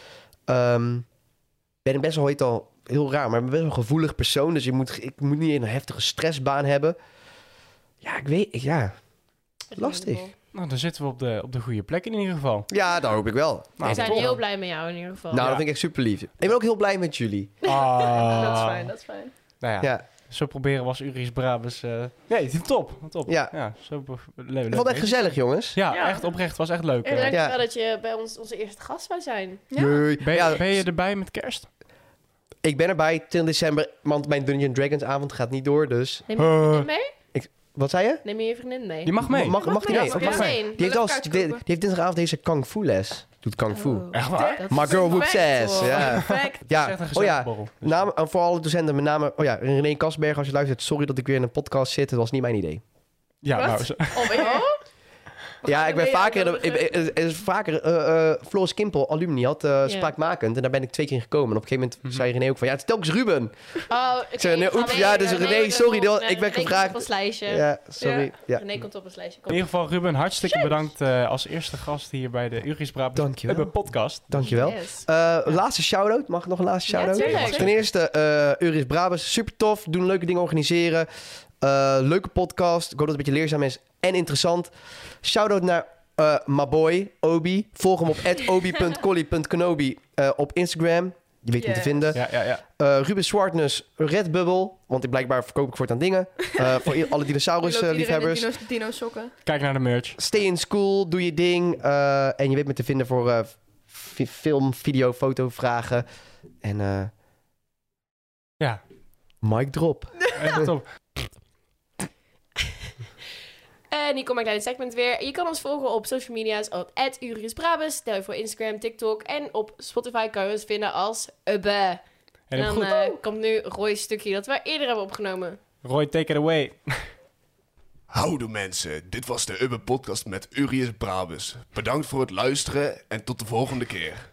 Speaker 2: ben best wel, heet al heel raar, maar ik ben best wel een gevoelig persoon. Dus ik moet niet een heftige stressbaan hebben. Ja, lastig.
Speaker 1: Nou, dan zitten we op de goede plek in ieder geval.
Speaker 2: Ja, dat hoop ik wel.
Speaker 4: We
Speaker 1: Nou,
Speaker 4: zijn
Speaker 1: top.
Speaker 4: heel blij met jou in ieder geval.
Speaker 2: Nou,
Speaker 1: Ja.
Speaker 2: dat vind ik echt super lief. Ik ben ook heel blij met jullie.
Speaker 1: Ah.
Speaker 3: Dat is fijn, dat is fijn.
Speaker 1: Nou ja,
Speaker 2: Ja.
Speaker 1: zo proberen was Uri's Brabus... Nee, top.
Speaker 2: Ja.
Speaker 1: Zo leuk.
Speaker 2: Ik vond het echt gezellig, jongens.
Speaker 1: Ja,
Speaker 3: Ja.
Speaker 1: echt oprecht. was echt leuk.
Speaker 4: En dank je
Speaker 2: Ja.
Speaker 4: wel dat je bij ons onze eerste gast zou zijn.
Speaker 3: Ja.
Speaker 2: Jee. Ja,
Speaker 1: Ben je erbij met kerst?
Speaker 2: ik ben erbij 10 december, want mijn Dungeons Dragons avond gaat niet door, dus...
Speaker 4: Neem je je vriendin mee?
Speaker 2: Wat zei je?
Speaker 4: Neem je je vriendin mee?
Speaker 1: Je mag mee.
Speaker 2: Mag die mee?
Speaker 4: Ja,
Speaker 2: Of
Speaker 4: mag
Speaker 2: mag
Speaker 4: mee.
Speaker 2: Die heeft,
Speaker 3: Wil
Speaker 2: al,
Speaker 3: even kaartje
Speaker 2: die
Speaker 3: kopen?
Speaker 2: heeft dinsdagavond deze kung fu les. Doet kung fu.
Speaker 4: Oh.
Speaker 1: Echt waar?
Speaker 4: Dat
Speaker 2: My
Speaker 4: is
Speaker 2: girl whoops
Speaker 4: perfect,
Speaker 2: ass.
Speaker 4: hoor.
Speaker 2: Ja.
Speaker 3: Perfect.
Speaker 2: Ja.
Speaker 1: Echt een
Speaker 2: Oh
Speaker 1: gezellige
Speaker 2: ja.
Speaker 1: borrel.
Speaker 2: Voor alle docenten, met name... Oh ja, René Kasberg, als je luistert. Sorry dat ik weer in een podcast zit. Het was niet mijn idee.
Speaker 1: Ja,
Speaker 3: Wat?
Speaker 1: nou, zo-
Speaker 3: Alweer?
Speaker 2: Ja, ik ben
Speaker 3: Nee,
Speaker 2: vaker...
Speaker 3: uitnodigen.
Speaker 2: Er is vaker Floris Kimpel, alumni, had spraakmakend. En daar ben ik 2 keer in gekomen. En op een gegeven moment zei René ook van... Ja, het is telkens Ruben.
Speaker 4: Oh, oké.
Speaker 2: zei, nee, oeps, ja, dus René, sorry, ik ben gevraagd.
Speaker 4: René komt op ons lijstje.
Speaker 2: Ja, sorry. Ja.
Speaker 4: René komt op ons lijstje.
Speaker 1: in ieder geval, Ruben, hartstikke bedankt als eerste gast hier bij de Uri's Brabus
Speaker 2: Dankjewel.
Speaker 1: podcast.
Speaker 2: Dankjewel.
Speaker 4: Yes.
Speaker 2: Laatste shout-out. Mag ik nog een laatste
Speaker 4: Ja,
Speaker 2: shout-out?
Speaker 4: tuurlijk.
Speaker 2: Ten eerste, Uris Brabus. Super tof. Doen leuke dingen organiseren. Leuke podcast. Ik hoop dat het een beetje leerzaam is en interessant. Shout-out naar my boy, Obi. Volg hem op obi.collie.kenobi op Instagram. Je weet hem te
Speaker 3: Yes.
Speaker 2: vinden.
Speaker 1: Ja.
Speaker 2: Ruben Swartness, Redbubble. Want blijkbaar verkoop ik voortaan dingen. Voor alle
Speaker 3: Nu loopt
Speaker 2: dinosaurus-liefhebbers.
Speaker 3: iedereen in dino sokken.
Speaker 1: Kijk naar de merch.
Speaker 2: Stay in school, doe je ding. En je weet me te vinden voor film, video, foto vragen. En
Speaker 1: Ja,
Speaker 2: mic drop.
Speaker 1: echt top.
Speaker 4: En hier komt mijn kleine segment weer. Je kan ons volgen op social media's op @UriusBrabus. Stel je voor Instagram, TikTok. En op Spotify kan je ons vinden als Ubbe. En
Speaker 1: Helemaal
Speaker 4: dan
Speaker 1: goed.
Speaker 4: komt nu Roy's stukje dat we eerder hebben opgenomen.
Speaker 1: Roy, take it away.
Speaker 5: Houdoe mensen, dit was de Ubbe podcast met Urius Brabus. Bedankt voor het luisteren en tot de volgende keer.